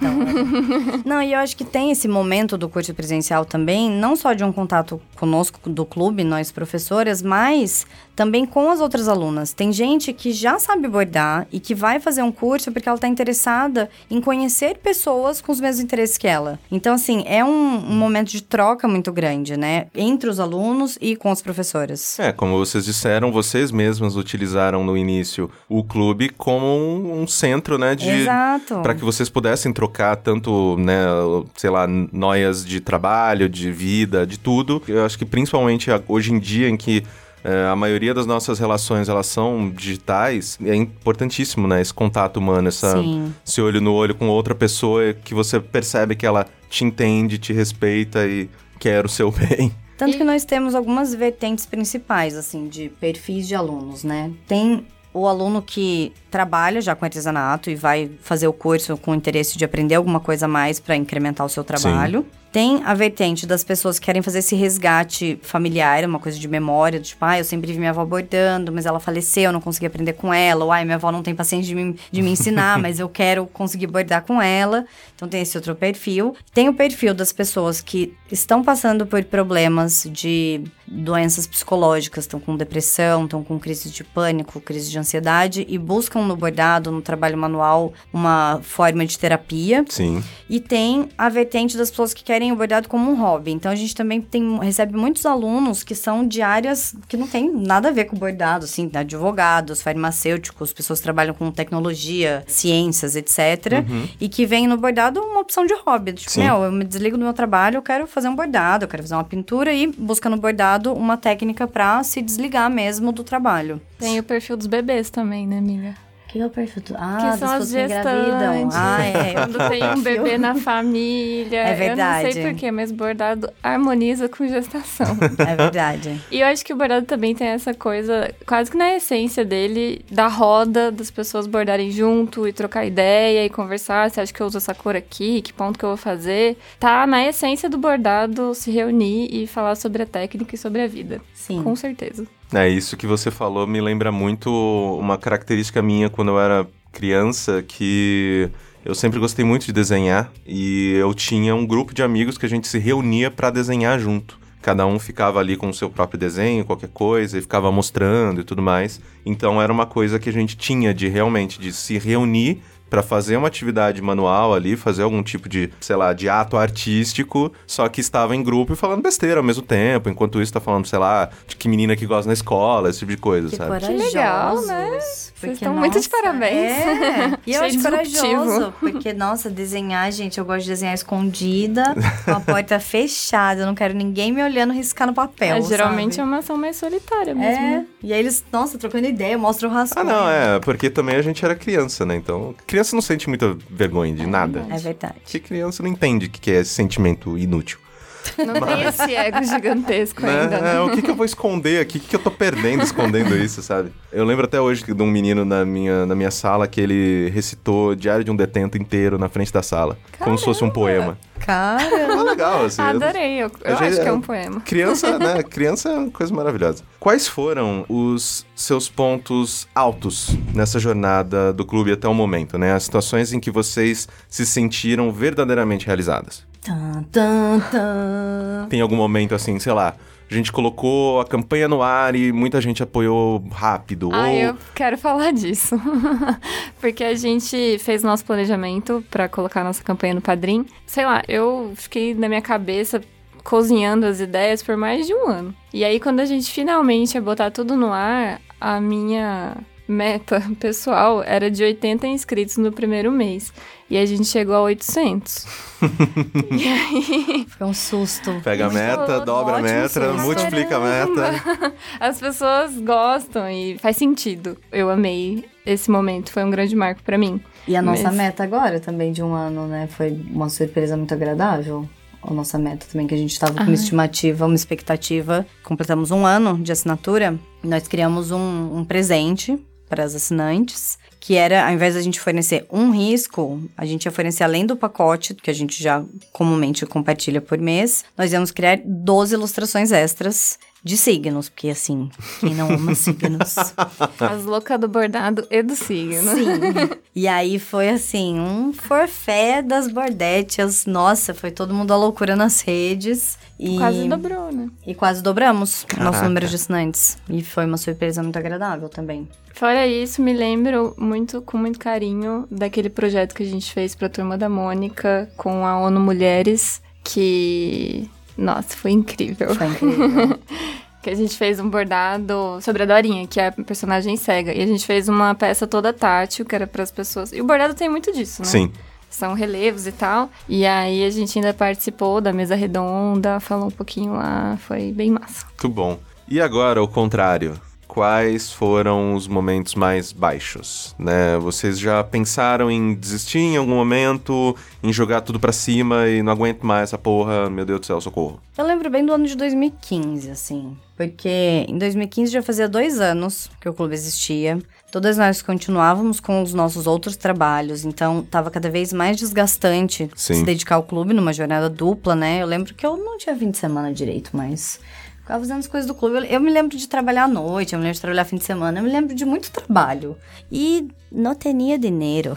Não, e eu acho que tem esse momento do curso presencial também, não só de um contato conosco do clube, nós professoras, mas também com as outras alunas. Tem gente que já sabe bordar e que vai fazer um curso porque ela está interessada em conhecer pessoas com os mesmos interesses que ela. Então, assim, é um momento de troca muito grande, né? Entre os alunos e com as professoras. Como vocês disseram, vocês mesmas utilizaram no início o clube como um centro, né? Exato. Para que vocês pudessem trocar tanto, né, sei lá, noias de trabalho, de vida, de tudo. Eu acho que principalmente hoje em dia em que a maioria das nossas relações, elas são digitais, é importantíssimo, né? Esse contato humano, esse olho no olho com outra pessoa que você percebe que ela te entende, te respeita e quer o seu bem. Tanto que nós temos algumas vertentes principais, assim, de perfis de alunos, né? Tem o aluno que trabalha já com artesanato e vai fazer o curso com o interesse de aprender alguma coisa a mais para incrementar o seu trabalho. Sim. Tem a vertente das pessoas que querem fazer esse resgate familiar, uma coisa de memória, tipo, eu sempre vi minha avó bordando, mas ela faleceu, eu não consegui aprender com ela, ou minha avó não tem paciência de me ensinar, mas eu quero conseguir bordar com ela. Então tem esse outro perfil. Tem o perfil das pessoas que estão passando por problemas de doenças psicológicas, estão com depressão, estão com crise de pânico, crise de ansiedade e buscam no bordado, no trabalho manual, uma forma de terapia. Sim. E tem a vertente das pessoas que querem o bordado como um hobby. Então, a gente também recebe muitos alunos que são de áreas que não tem nada a ver com bordado, assim, advogados, farmacêuticos, pessoas que trabalham com tecnologia, ciências, etc. E que vêm no bordado uma opção de hobby. Tipo, eu me desligo do meu trabalho, eu quero fazer um bordado, eu quero fazer uma pintura e busca no bordado uma técnica pra se desligar mesmo do trabalho. Tem o perfil dos bebês também, né, amiga? Que é o perfil? Que são as gestantes. Quando tem um bebê na família. É verdade. Eu não sei porquê, mas bordado harmoniza com gestação. É verdade. E eu acho que o bordado também tem essa coisa, quase que na essência dele, da roda, das pessoas bordarem junto e trocar ideia e conversar. Você acha que eu uso essa cor aqui? Que ponto que eu vou fazer? Tá na essência do bordado se reunir e falar sobre a técnica e sobre a vida. Sim. Com certeza. Isso que você falou me lembra muito uma característica minha quando eu era criança, que eu sempre gostei muito de desenhar e eu tinha um grupo de amigos que a gente se reunia para desenhar junto. Cada um ficava ali com o seu próprio desenho, qualquer coisa, e ficava mostrando e tudo mais. Então era uma coisa que a gente tinha de se reunir para fazer uma atividade manual ali, fazer algum tipo de, sei lá, de ato artístico, só que estava em grupo e falando besteira ao mesmo tempo, enquanto isso tá falando, sei lá, de que menina que gosta na escola, esse tipo de coisa, sabe? Que legal, né? Vocês estão muito de parabéns. E eu acho corajoso, porque, nossa, desenhar, gente, eu gosto de desenhar escondida, com a porta fechada, eu não quero ninguém me olhando riscar no papel, geralmente sabe? é uma ação mais solitária mesmo, né? E aí eles, nossa, trocando ideia, mostram o rascunho. Porque também a gente era criança, né? Então, criança não sente muita vergonha de nada. É verdade. Porque criança não entende o que é esse sentimento inútil. Não tem esse ego gigantesco ainda, né? O que eu vou esconder aqui? O que eu tô perdendo escondendo isso, sabe? Eu lembro até hoje de um menino na minha sala que ele recitou Diário de um Detento inteiro na frente da sala. Caramba. Como se fosse um poema. Caramba! Legal, assim. Adorei, eu acho que é um poema. Criança, né? Criança é uma coisa maravilhosa. Quais foram os seus pontos altos nessa jornada do clube até o momento, né? As situações em que vocês se sentiram verdadeiramente realizadas? Tem algum momento assim, sei lá, a gente colocou a campanha no ar e muita gente apoiou rápido. Eu quero falar disso. Porque a gente fez nosso planejamento pra colocar nossa campanha no Padrim. Sei lá, eu fiquei na minha cabeça cozinhando as ideias por mais de um ano. E aí, quando a gente finalmente ia botar tudo no ar, a minha meta pessoal era de 80 inscritos no primeiro mês. E a gente chegou a 800. E aí... Foi um susto. Pega a meta, dobra a meta, susto. multiplica a meta. As pessoas gostam e faz sentido. Eu amei esse momento, foi um grande marco pra mim. E a nossa meta agora também de 1 ano, né? Foi uma surpresa muito agradável. A nossa meta também, que a gente estava com uma estimativa, uma expectativa. Completamos 1 ano de assinatura. Nós criamos um presente para as assinantes, que era, ao invés da gente fornecer um risco, a gente ia fornecer, além do pacote, que a gente já comumente compartilha por mês, nós íamos criar 12 ilustrações extras de signos, porque assim, quem não ama signos? As loucas do bordado e do signo. Sim. E aí foi assim, um forfé das bordetes. Nossa, foi todo mundo à loucura nas redes. E quase dobrou, né? E quase dobramos nosso Caraca. número de assinantes. E foi uma surpresa muito agradável também. Fora isso, me lembro com muito carinho daquele projeto que a gente fez pra Turma da Mônica com a ONU Mulheres, que... Nossa, foi incrível. Foi incrível. Que a gente fez um bordado sobre a Dorinha, que é a personagem cega. E a gente fez uma peça toda tátil, que era pras pessoas... E o bordado tem muito disso, né? Sim. São relevos e tal. E aí a gente ainda participou da mesa redonda, falou um pouquinho lá, foi bem massa. Muito bom. E agora, o contrário. Quais foram os momentos mais baixos, né? Vocês já pensaram em desistir em algum momento, em jogar tudo pra cima e não aguento mais essa porra, meu Deus do céu, socorro? Eu lembro bem do ano de 2015, assim. Porque em 2015 já fazia 2 anos que o clube existia. Todas nós continuávamos com os nossos outros trabalhos, então tava cada vez mais desgastante se dedicar ao clube numa jornada dupla, né? Eu lembro que eu não tinha fim de semana direito, mas... ficava fazendo as coisas do clube. Eu me lembro de trabalhar à noite, eu me lembro de trabalhar fim de semana, eu me lembro de muito trabalho. E não tinha dinheiro.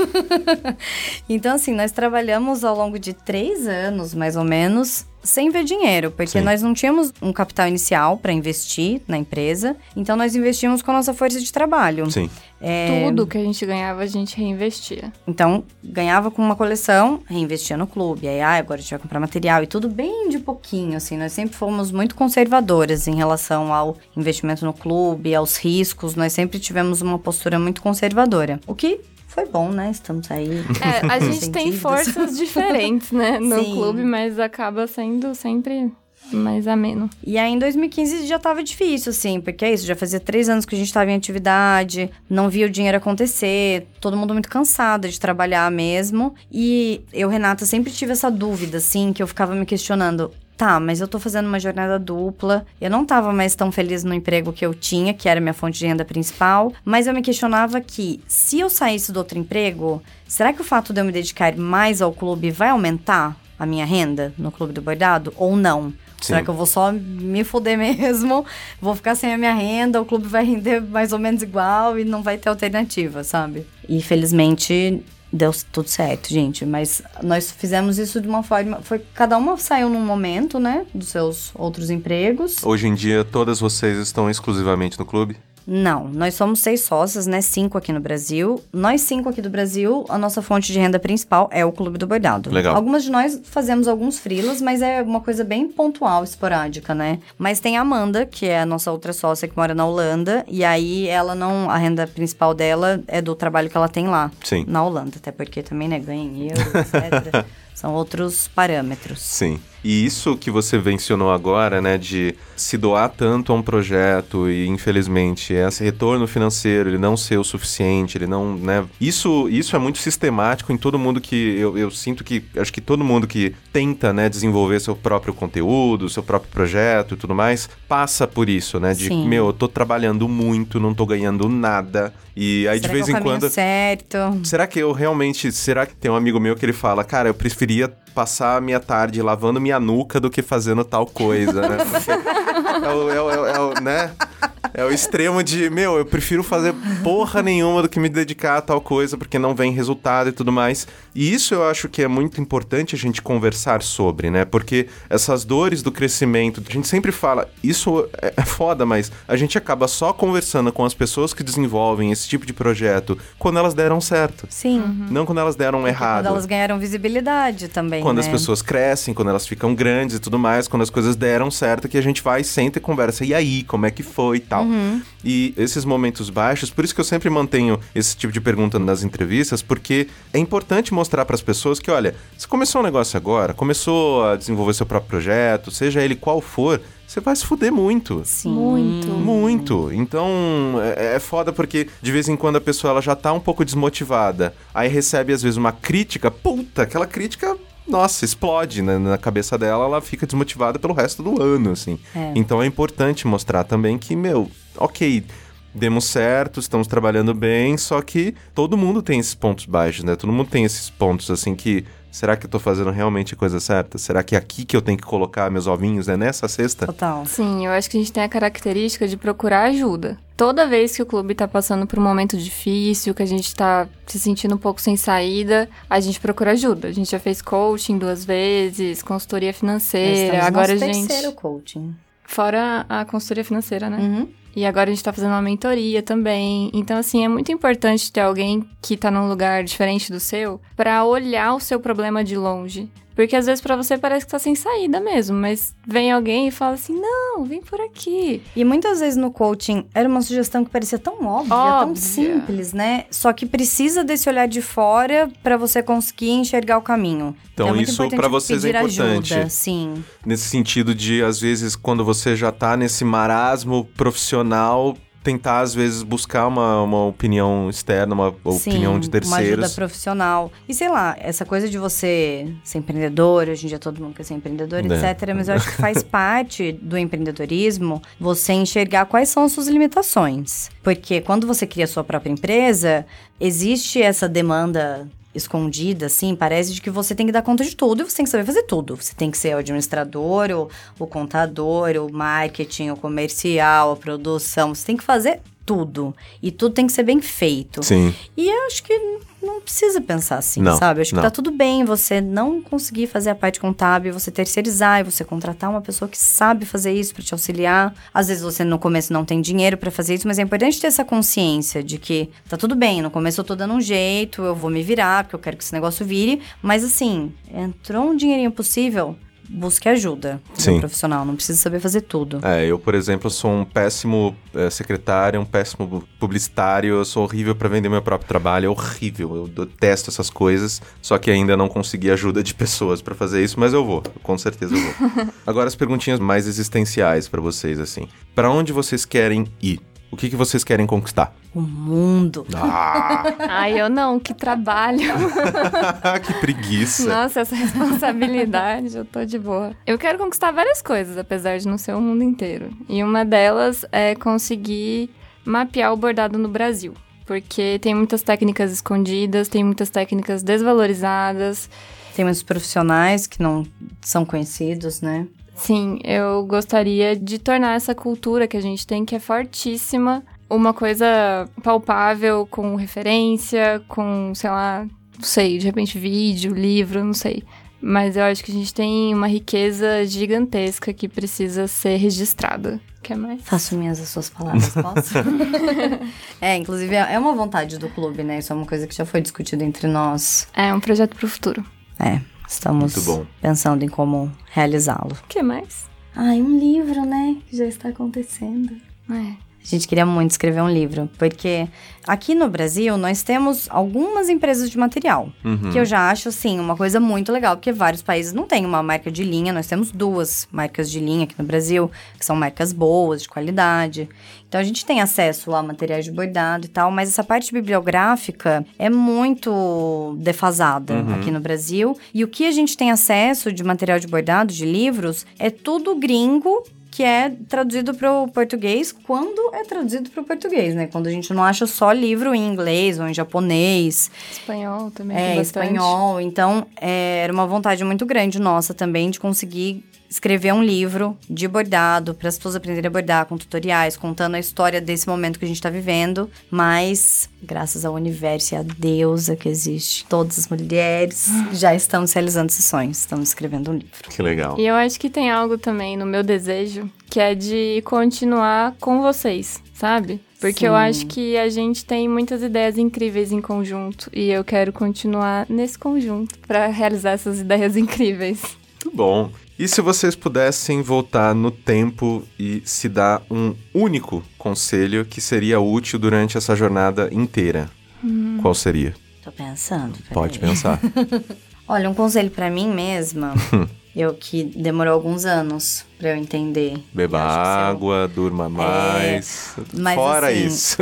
Então, assim, nós trabalhamos ao longo de 3 anos, mais ou menos, sem ver dinheiro, porque nós não tínhamos um capital inicial para investir na empresa, então nós investimos com a nossa força de trabalho. Sim. Tudo que a gente ganhava, a gente reinvestia. Então, ganhava com uma coleção, reinvestia no clube. Aí, agora a gente vai comprar material. E tudo bem de pouquinho, assim. Nós sempre fomos muito conservadoras em relação ao investimento no clube, aos riscos. Nós sempre tivemos uma postura muito conservadora. O que foi bom, né? Estamos aí. A gente tem forças diferentes, né? No Sim. clube, mas acaba sendo sempre... mais ameno. E aí, em 2015, já tava difícil, assim, porque é isso, já fazia 3 anos que a gente tava em atividade, não via o dinheiro acontecer, todo mundo muito cansado de trabalhar mesmo. E eu, Renata, sempre tive essa dúvida, assim, que eu ficava me questionando... Tá, mas eu tô fazendo uma jornada dupla, eu não tava mais tão feliz no emprego que eu tinha, que era minha fonte de renda principal, mas eu me questionava que, se eu saísse do outro emprego, será que o fato de eu me dedicar mais ao clube vai aumentar a minha renda no Clube do Bordado ou não? Sim. Será que eu vou só me foder mesmo, vou ficar sem a minha renda, o clube vai render mais ou menos igual e não vai ter alternativa, sabe? E felizmente... deu tudo certo, gente, mas nós fizemos isso de uma forma... cada uma saiu num momento, né, dos seus outros empregos. Hoje em dia, todas vocês estão exclusivamente no clube? Não, nós somos 6 sócias, né, 5 aqui no Brasil. Nós 5 aqui do Brasil, a nossa fonte de renda principal é o Clube do Bordado. Legal. Algumas de nós fazemos alguns freelas, mas é uma coisa bem pontual, esporádica, né? Mas tem a Amanda, que é a nossa outra sócia que mora na Holanda, e aí ela não... a renda principal dela é do trabalho que ela tem lá, Sim. na Holanda. Até porque também, né, ganha em euro, etc. São outros parâmetros. Sim. E isso que você mencionou agora, né, de se doar tanto a um projeto e, infelizmente, esse retorno financeiro, ele não ser o suficiente, ele não, né... Isso é muito sistemático em todo mundo que... Eu sinto que... acho que todo mundo que tenta, né, desenvolver seu próprio conteúdo, seu próprio projeto e tudo mais, passa por isso, né? De, Sim. eu tô trabalhando muito, não tô ganhando nada. E aí, Será de vez que é o em quando... certo? Será que eu realmente... Será que tem um amigo meu que ele fala, cara, eu preferia passar a minha tarde lavando minha nuca do que fazendo tal coisa, né? Porque né? É o extremo de, eu prefiro fazer porra nenhuma do que me dedicar a tal coisa, porque não vem resultado e tudo mais. E isso eu acho que é muito importante a gente conversar sobre, né? Porque essas dores do crescimento, a gente sempre fala, isso é foda, mas a gente acaba só conversando com as pessoas que desenvolvem esse tipo de projeto quando elas deram certo. Sim. Não quando elas deram errado. Quando elas ganharam visibilidade também, Quando né? as pessoas crescem, quando elas ficam grandes e tudo mais, quando as coisas deram certo, que a gente vai, senta e conversa. E aí, como é que foi e tal? tal. E esses momentos baixos, por isso que eu sempre mantenho esse tipo de pergunta nas entrevistas, porque é importante mostrar para as pessoas que, olha, você começou um negócio agora, começou a desenvolver seu próprio projeto, seja ele qual for, você vai se fuder muito. Sim. Muito. Então, é foda porque de vez em quando a pessoa ela já tá um pouco desmotivada. Aí recebe, às vezes, uma crítica. Puta, aquela crítica, nossa, explode, né? Na cabeça dela, ela fica desmotivada pelo resto do ano, assim. Então é importante mostrar também que, ok, demos certo, estamos trabalhando bem, só que todo mundo tem esses pontos baixos, né? Todo mundo tem esses pontos, assim, que... Será que eu tô fazendo realmente a coisa certa? Será que é aqui que eu tenho que colocar meus ovinhos, né? Nessa cesta? Total. Sim, eu acho que a gente tem a característica de procurar ajuda. Toda vez que o clube tá passando por um momento difícil, que a gente tá se sentindo um pouco sem saída, a gente procura ajuda. A gente já fez coaching 2 vezes, consultoria financeira. Agora a gente... terceiro coaching. Fora a consultoria financeira, né? E agora a gente tá fazendo uma mentoria também. Então, assim, é muito importante ter alguém que tá num lugar diferente do seu pra olhar o seu problema de longe. Porque às vezes pra você parece que tá sem saída mesmo, mas vem alguém e fala assim, não, vem por aqui. E muitas vezes no coaching era uma sugestão que parecia tão óbvia, tão simples, né? Só que precisa desse olhar de fora pra você conseguir enxergar o caminho. Então é isso pra vocês é importante. Ajuda, sim. Nesse sentido de, às vezes, quando você já tá nesse marasmo profissional... tentar, às vezes, buscar uma opinião externa, uma opinião de terceiros. Uma ajuda profissional. E sei lá, essa coisa de você ser empreendedor, hoje em dia todo mundo quer ser empreendedor, etc. Mas eu acho que faz parte do empreendedorismo você enxergar quais são as suas limitações. Porque quando você cria a sua própria empresa, existe essa demanda escondida, assim, parece de que você tem que dar conta de tudo e você tem que saber fazer tudo. Você tem que ser o administrador, o contador, o marketing, o comercial, a produção. Você tem que fazer tudo. E tudo tem que ser bem feito. Sim. E eu acho que não precisa pensar assim, não, sabe? Eu acho não. que tá tudo bem você não conseguir fazer a parte contábil, você terceirizar e você contratar uma pessoa que sabe fazer isso pra te auxiliar. Às vezes você no começo não tem dinheiro pra fazer isso, mas é importante ter essa consciência de que tá tudo bem, no começo eu tô dando um jeito, eu vou me virar, porque eu quero que esse negócio vire. Mas assim, entrou um dinheirinho possível, busque ajuda de um profissional, não precisa saber fazer tudo. Eu, por exemplo, sou um péssimo secretário, um péssimo publicitário, eu sou horrível pra vender meu próprio trabalho, é horrível, eu detesto essas coisas, só que ainda não consegui ajuda de pessoas pra fazer isso, mas eu vou, com certeza eu vou. Agora as perguntinhas mais existenciais pra vocês, assim. Pra onde vocês querem ir? O que vocês querem conquistar? O mundo. Ai, eu não, que trabalho. Que preguiça. Nossa, essa responsabilidade, eu tô de boa. Eu quero conquistar várias coisas, apesar de não ser o mundo inteiro. E uma delas é conseguir mapear o bordado no Brasil. Porque tem muitas técnicas escondidas, tem muitas técnicas desvalorizadas. Tem muitos profissionais que não são conhecidos, né? Sim, eu gostaria de tornar essa cultura que a gente tem, que é fortíssima, uma coisa palpável, com referência, com, sei lá, não sei, de repente vídeo, livro, não sei. Mas eu acho que a gente tem uma riqueza gigantesca que precisa ser registrada. Quer mais? Faço minhas as suas palavras, posso? Inclusive é uma vontade do clube, né? Isso é uma coisa que já foi discutida entre nós. É um projeto pro futuro. Estamos pensando em como realizá-lo. O que mais? Um livro, né? Que já está acontecendo. A gente queria muito escrever um livro, porque aqui no Brasil nós temos algumas empresas de material, que eu já acho, assim, uma coisa muito legal, porque vários países não têm uma marca de linha, nós temos 2 marcas de linha aqui no Brasil, que são marcas boas, de qualidade. Então a gente tem acesso a materiais de bordado e tal, mas essa parte bibliográfica é muito defasada aqui no Brasil. E o que a gente tem acesso de material de bordado, de livros, é tudo gringo, que é traduzido para o português, quando é traduzido para o português, né? Quando a gente não acha só livro em inglês ou em japonês. Espanhol também. Tem bastante. Espanhol. Então, era uma vontade muito grande nossa também de conseguir escrever um livro de bordado para as pessoas aprenderem a bordar, com tutoriais, contando a história desse momento que a gente está vivendo. Mas, graças ao universo e à deusa que existe, todas as mulheres já estamos realizando esses sonhos. Estamos escrevendo um livro. Que legal. E eu acho que tem algo também no meu desejo, que é de continuar com vocês, sabe? Porque eu acho que a gente tem muitas ideias incríveis em conjunto e eu quero continuar nesse conjunto para realizar essas ideias incríveis. Muito bom. E se vocês pudessem voltar no tempo e se dar um único conselho que seria útil durante essa jornada inteira, qual seria? Tô pensando. Pode pensar. Olha, um conselho pra mim mesma, eu que demorou alguns anos pra eu entender. Beba água, durma mais. Mas, fora assim, isso.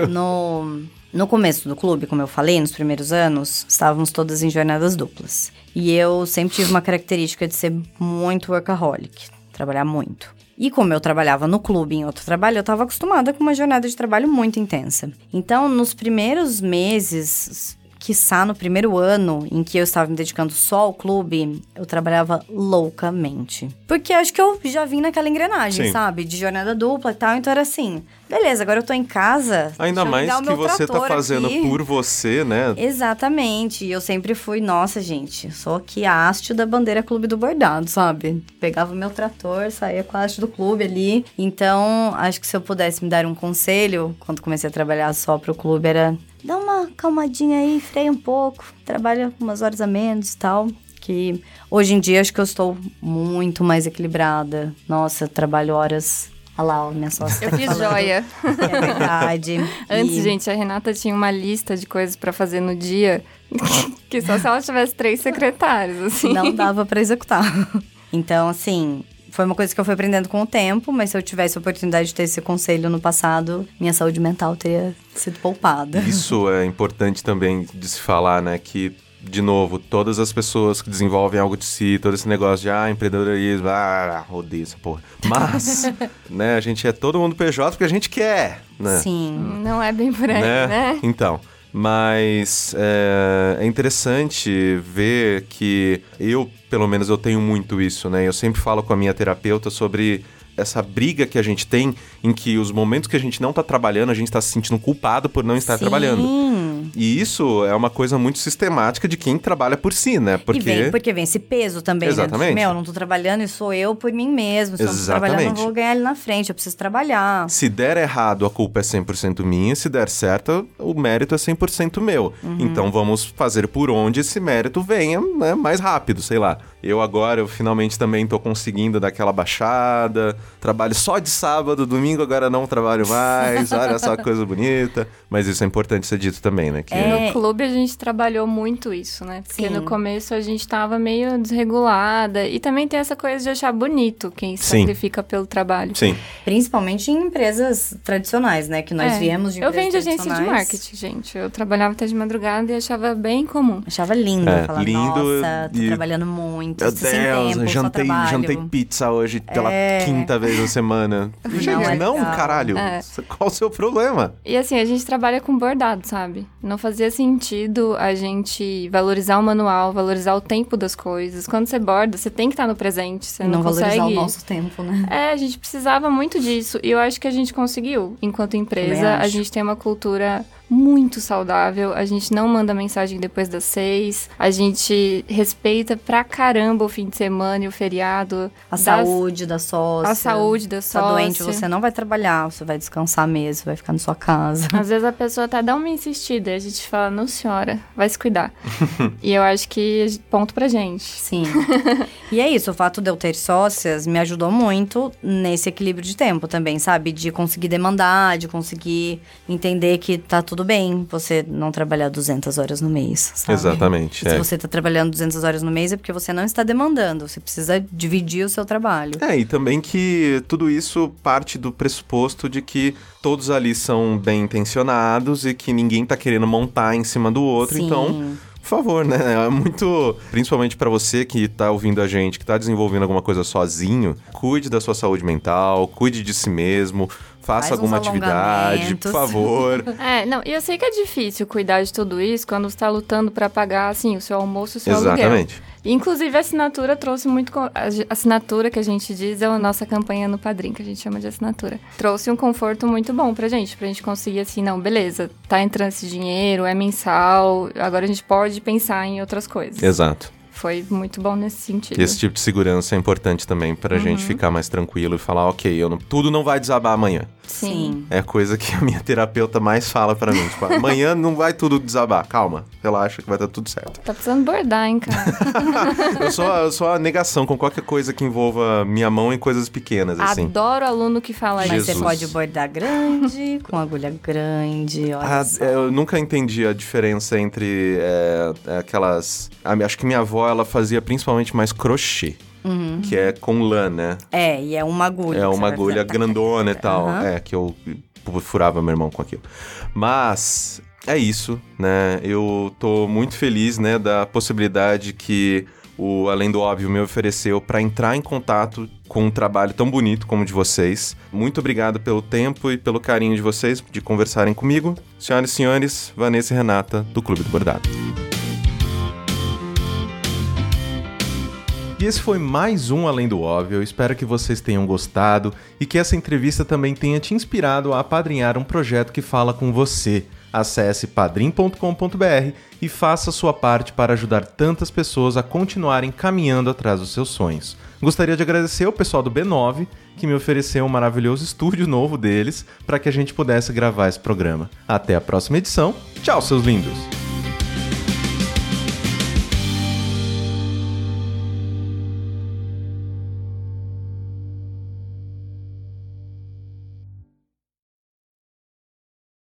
No começo do clube, como eu falei, nos primeiros anos, estávamos todas em jornadas duplas. E eu sempre tive uma característica de ser muito workaholic, trabalhar muito. E como eu trabalhava no clube em outro trabalho, eu estava acostumada com uma jornada de trabalho muito intensa. Então, nos primeiros meses, quiçá no primeiro ano em que eu estava me dedicando só ao clube, eu trabalhava loucamente. Porque acho que eu já vim naquela engrenagem, Sim. sabe? De jornada dupla e tal, então era assim... Beleza, agora eu tô em casa. Ainda mais que você tá fazendo aqui. por você, né? Exatamente. E eu sempre fui, nossa, gente, sou aqui a haste da bandeira Clube do Bordado, sabe? Pegava o meu trator, saía com a haste do clube ali. Então, acho que se eu pudesse me dar um conselho, quando comecei a trabalhar só pro clube, era... Dá uma calmadinha aí, freia um pouco. Trabalha umas horas a menos e tal. Que hoje em dia, acho que eu estou muito mais equilibrada. Nossa, eu trabalho horas... Olha lá, ó, minha sócia Eu tá fiz falando. joia. É verdade. Antes, gente, a Renata tinha uma lista de coisas pra fazer no dia que só se ela tivesse 3 secretários, assim. Não dava pra executar. Então, assim, foi uma coisa que eu fui aprendendo com o tempo, mas se eu tivesse a oportunidade de ter esse conselho no passado, minha saúde mental teria sido poupada. Isso é importante também de se falar, né? Que, de novo, todas as pessoas que desenvolvem algo de si, todo esse negócio de, empreendedorismo, odeio essa porra. Mas, né, a gente é todo mundo PJ porque a gente quer, né? Sim. Não é bem por aí, né? Então, mas é interessante ver que pelo menos eu tenho muito isso, né? Eu sempre falo com a minha terapeuta sobre essa briga que a gente tem em que os momentos que a gente não tá trabalhando, a gente tá se sentindo culpado por não estar trabalhando. E isso é uma coisa muito sistemática de quem trabalha por si, né? Porque vem esse peso também, Exatamente. né? Não tô trabalhando e sou eu por mim mesmo. Se eu não tô Exatamente. trabalhando, não vou ganhar ali na frente, eu preciso trabalhar. Se der errado, a culpa é 100% minha. Se der certo, o mérito é 100% meu. Então, vamos fazer por onde esse mérito venha, né, mais rápido, sei lá. Eu finalmente também tô conseguindo dar aquela baixada. Trabalho só de sábado, domingo agora não trabalho mais. Olha só que coisa bonita. Mas isso é importante ser dito também, né? Que No clube a gente trabalhou muito isso, né? Porque Sim. no começo a gente tava meio desregulada. E também tem essa coisa de achar bonito quem sacrifica pelo trabalho. Sim. Principalmente em empresas tradicionais, né? Que nós viemos de Eu empresas venho de agência de tradicionais. marketing, gente. Eu trabalhava até de madrugada e achava bem comum. Achava lindo. Falava, lindo nossa, tô e- trabalhando muito, Meu sem Deus, tempo, só trabalho. jantei pizza hoje pela quinta vez na semana. Gente, não, legal. caralho. Qual o seu problema? E assim, a gente trabalha com bordado, sabe? Não fazia sentido a gente valorizar o manual, valorizar o tempo das coisas. Quando você borda, você tem que estar no presente. Você não consegue... valorizar o nosso tempo, né? A gente precisava muito disso. E eu acho que a gente conseguiu. Enquanto empresa, a gente tem uma cultura muito saudável. A gente não manda mensagem depois das 6. A gente respeita pra caramba o fim de semana e o feriado. A saúde da sócia. A saúde da sócia. Tá doente, você não vai trabalhar, você vai descansar mesmo, vai ficar na sua casa. Às vezes a pessoa até dá uma insistida e a gente fala, não senhora, vai se cuidar. E eu acho que ponto pra gente. Sim. E é isso, o fato de eu ter sócias me ajudou muito nesse equilíbrio de tempo também, sabe? De conseguir demandar, de conseguir entender que tá tudo bem você não trabalhar 200 horas no mês, sabe? Exatamente. Se você tá trabalhando 200 horas no mês é porque você não está demandando, você precisa dividir o seu trabalho. E também que tudo isso parte do pressuposto de que todos ali são bem intencionados e que ninguém tá querendo montar em cima do outro, Sim. então... Por favor, né? É muito... Principalmente pra você que tá ouvindo a gente, que tá desenvolvendo alguma coisa sozinho, cuide da sua saúde mental, cuide de si mesmo, faça Faz alguma uns atividade, por alongamentos. favor. E eu sei que é difícil cuidar de tudo isso quando você tá lutando pra pagar, assim, o seu almoço e o seu aluguel. Exatamente. Inclusive, a assinatura trouxe muito... A assinatura que a gente diz é a nossa campanha no Padrim, que a gente chama de assinatura. Trouxe um conforto muito bom pra gente conseguir assim, não, beleza, tá entrando esse dinheiro, é mensal, agora a gente pode pensar em outras coisas. Exato. Foi muito bom nesse sentido. Esse tipo de segurança é importante também pra gente ficar mais tranquilo e falar, ok, tudo não vai desabar amanhã. Sim. É a coisa que a minha terapeuta mais fala pra mim. Tipo, amanhã não vai tudo desabar. Calma, relaxa que vai dar tudo certo. Tá precisando bordar, hein, cara? Eu sou a negação com qualquer coisa que envolva minha mão em coisas pequenas, assim. Adoro aluno que fala Mas isso. você pode bordar grande, com agulha grande, olha só. Eu nunca entendi a diferença entre aquelas... Acho que minha avó, ela fazia principalmente mais crochê. Que é com lã, né? E é uma agulha. É uma agulha grandona e tal. Uhum. Que eu furava meu irmão com aquilo. Mas é isso, né? Eu tô muito feliz, né, da possibilidade que o Além do Óbvio me ofereceu para entrar em contato com um trabalho tão bonito como o de vocês. Muito obrigado pelo tempo e pelo carinho de vocês, de conversarem comigo. Senhoras e senhores, Vanessa e Renata, do Clube do Bordado. E esse foi mais um Além do Óbvio. Eu espero que vocês tenham gostado e que essa entrevista também tenha te inspirado a apadrinhar um projeto que fala com você. Acesse padrim.com.br e faça sua parte para ajudar tantas pessoas a continuarem caminhando atrás dos seus sonhos. Gostaria de agradecer ao pessoal do B9, que me ofereceu um maravilhoso estúdio novo deles para que a gente pudesse gravar esse programa. Até a próxima edição. Tchau, seus lindos!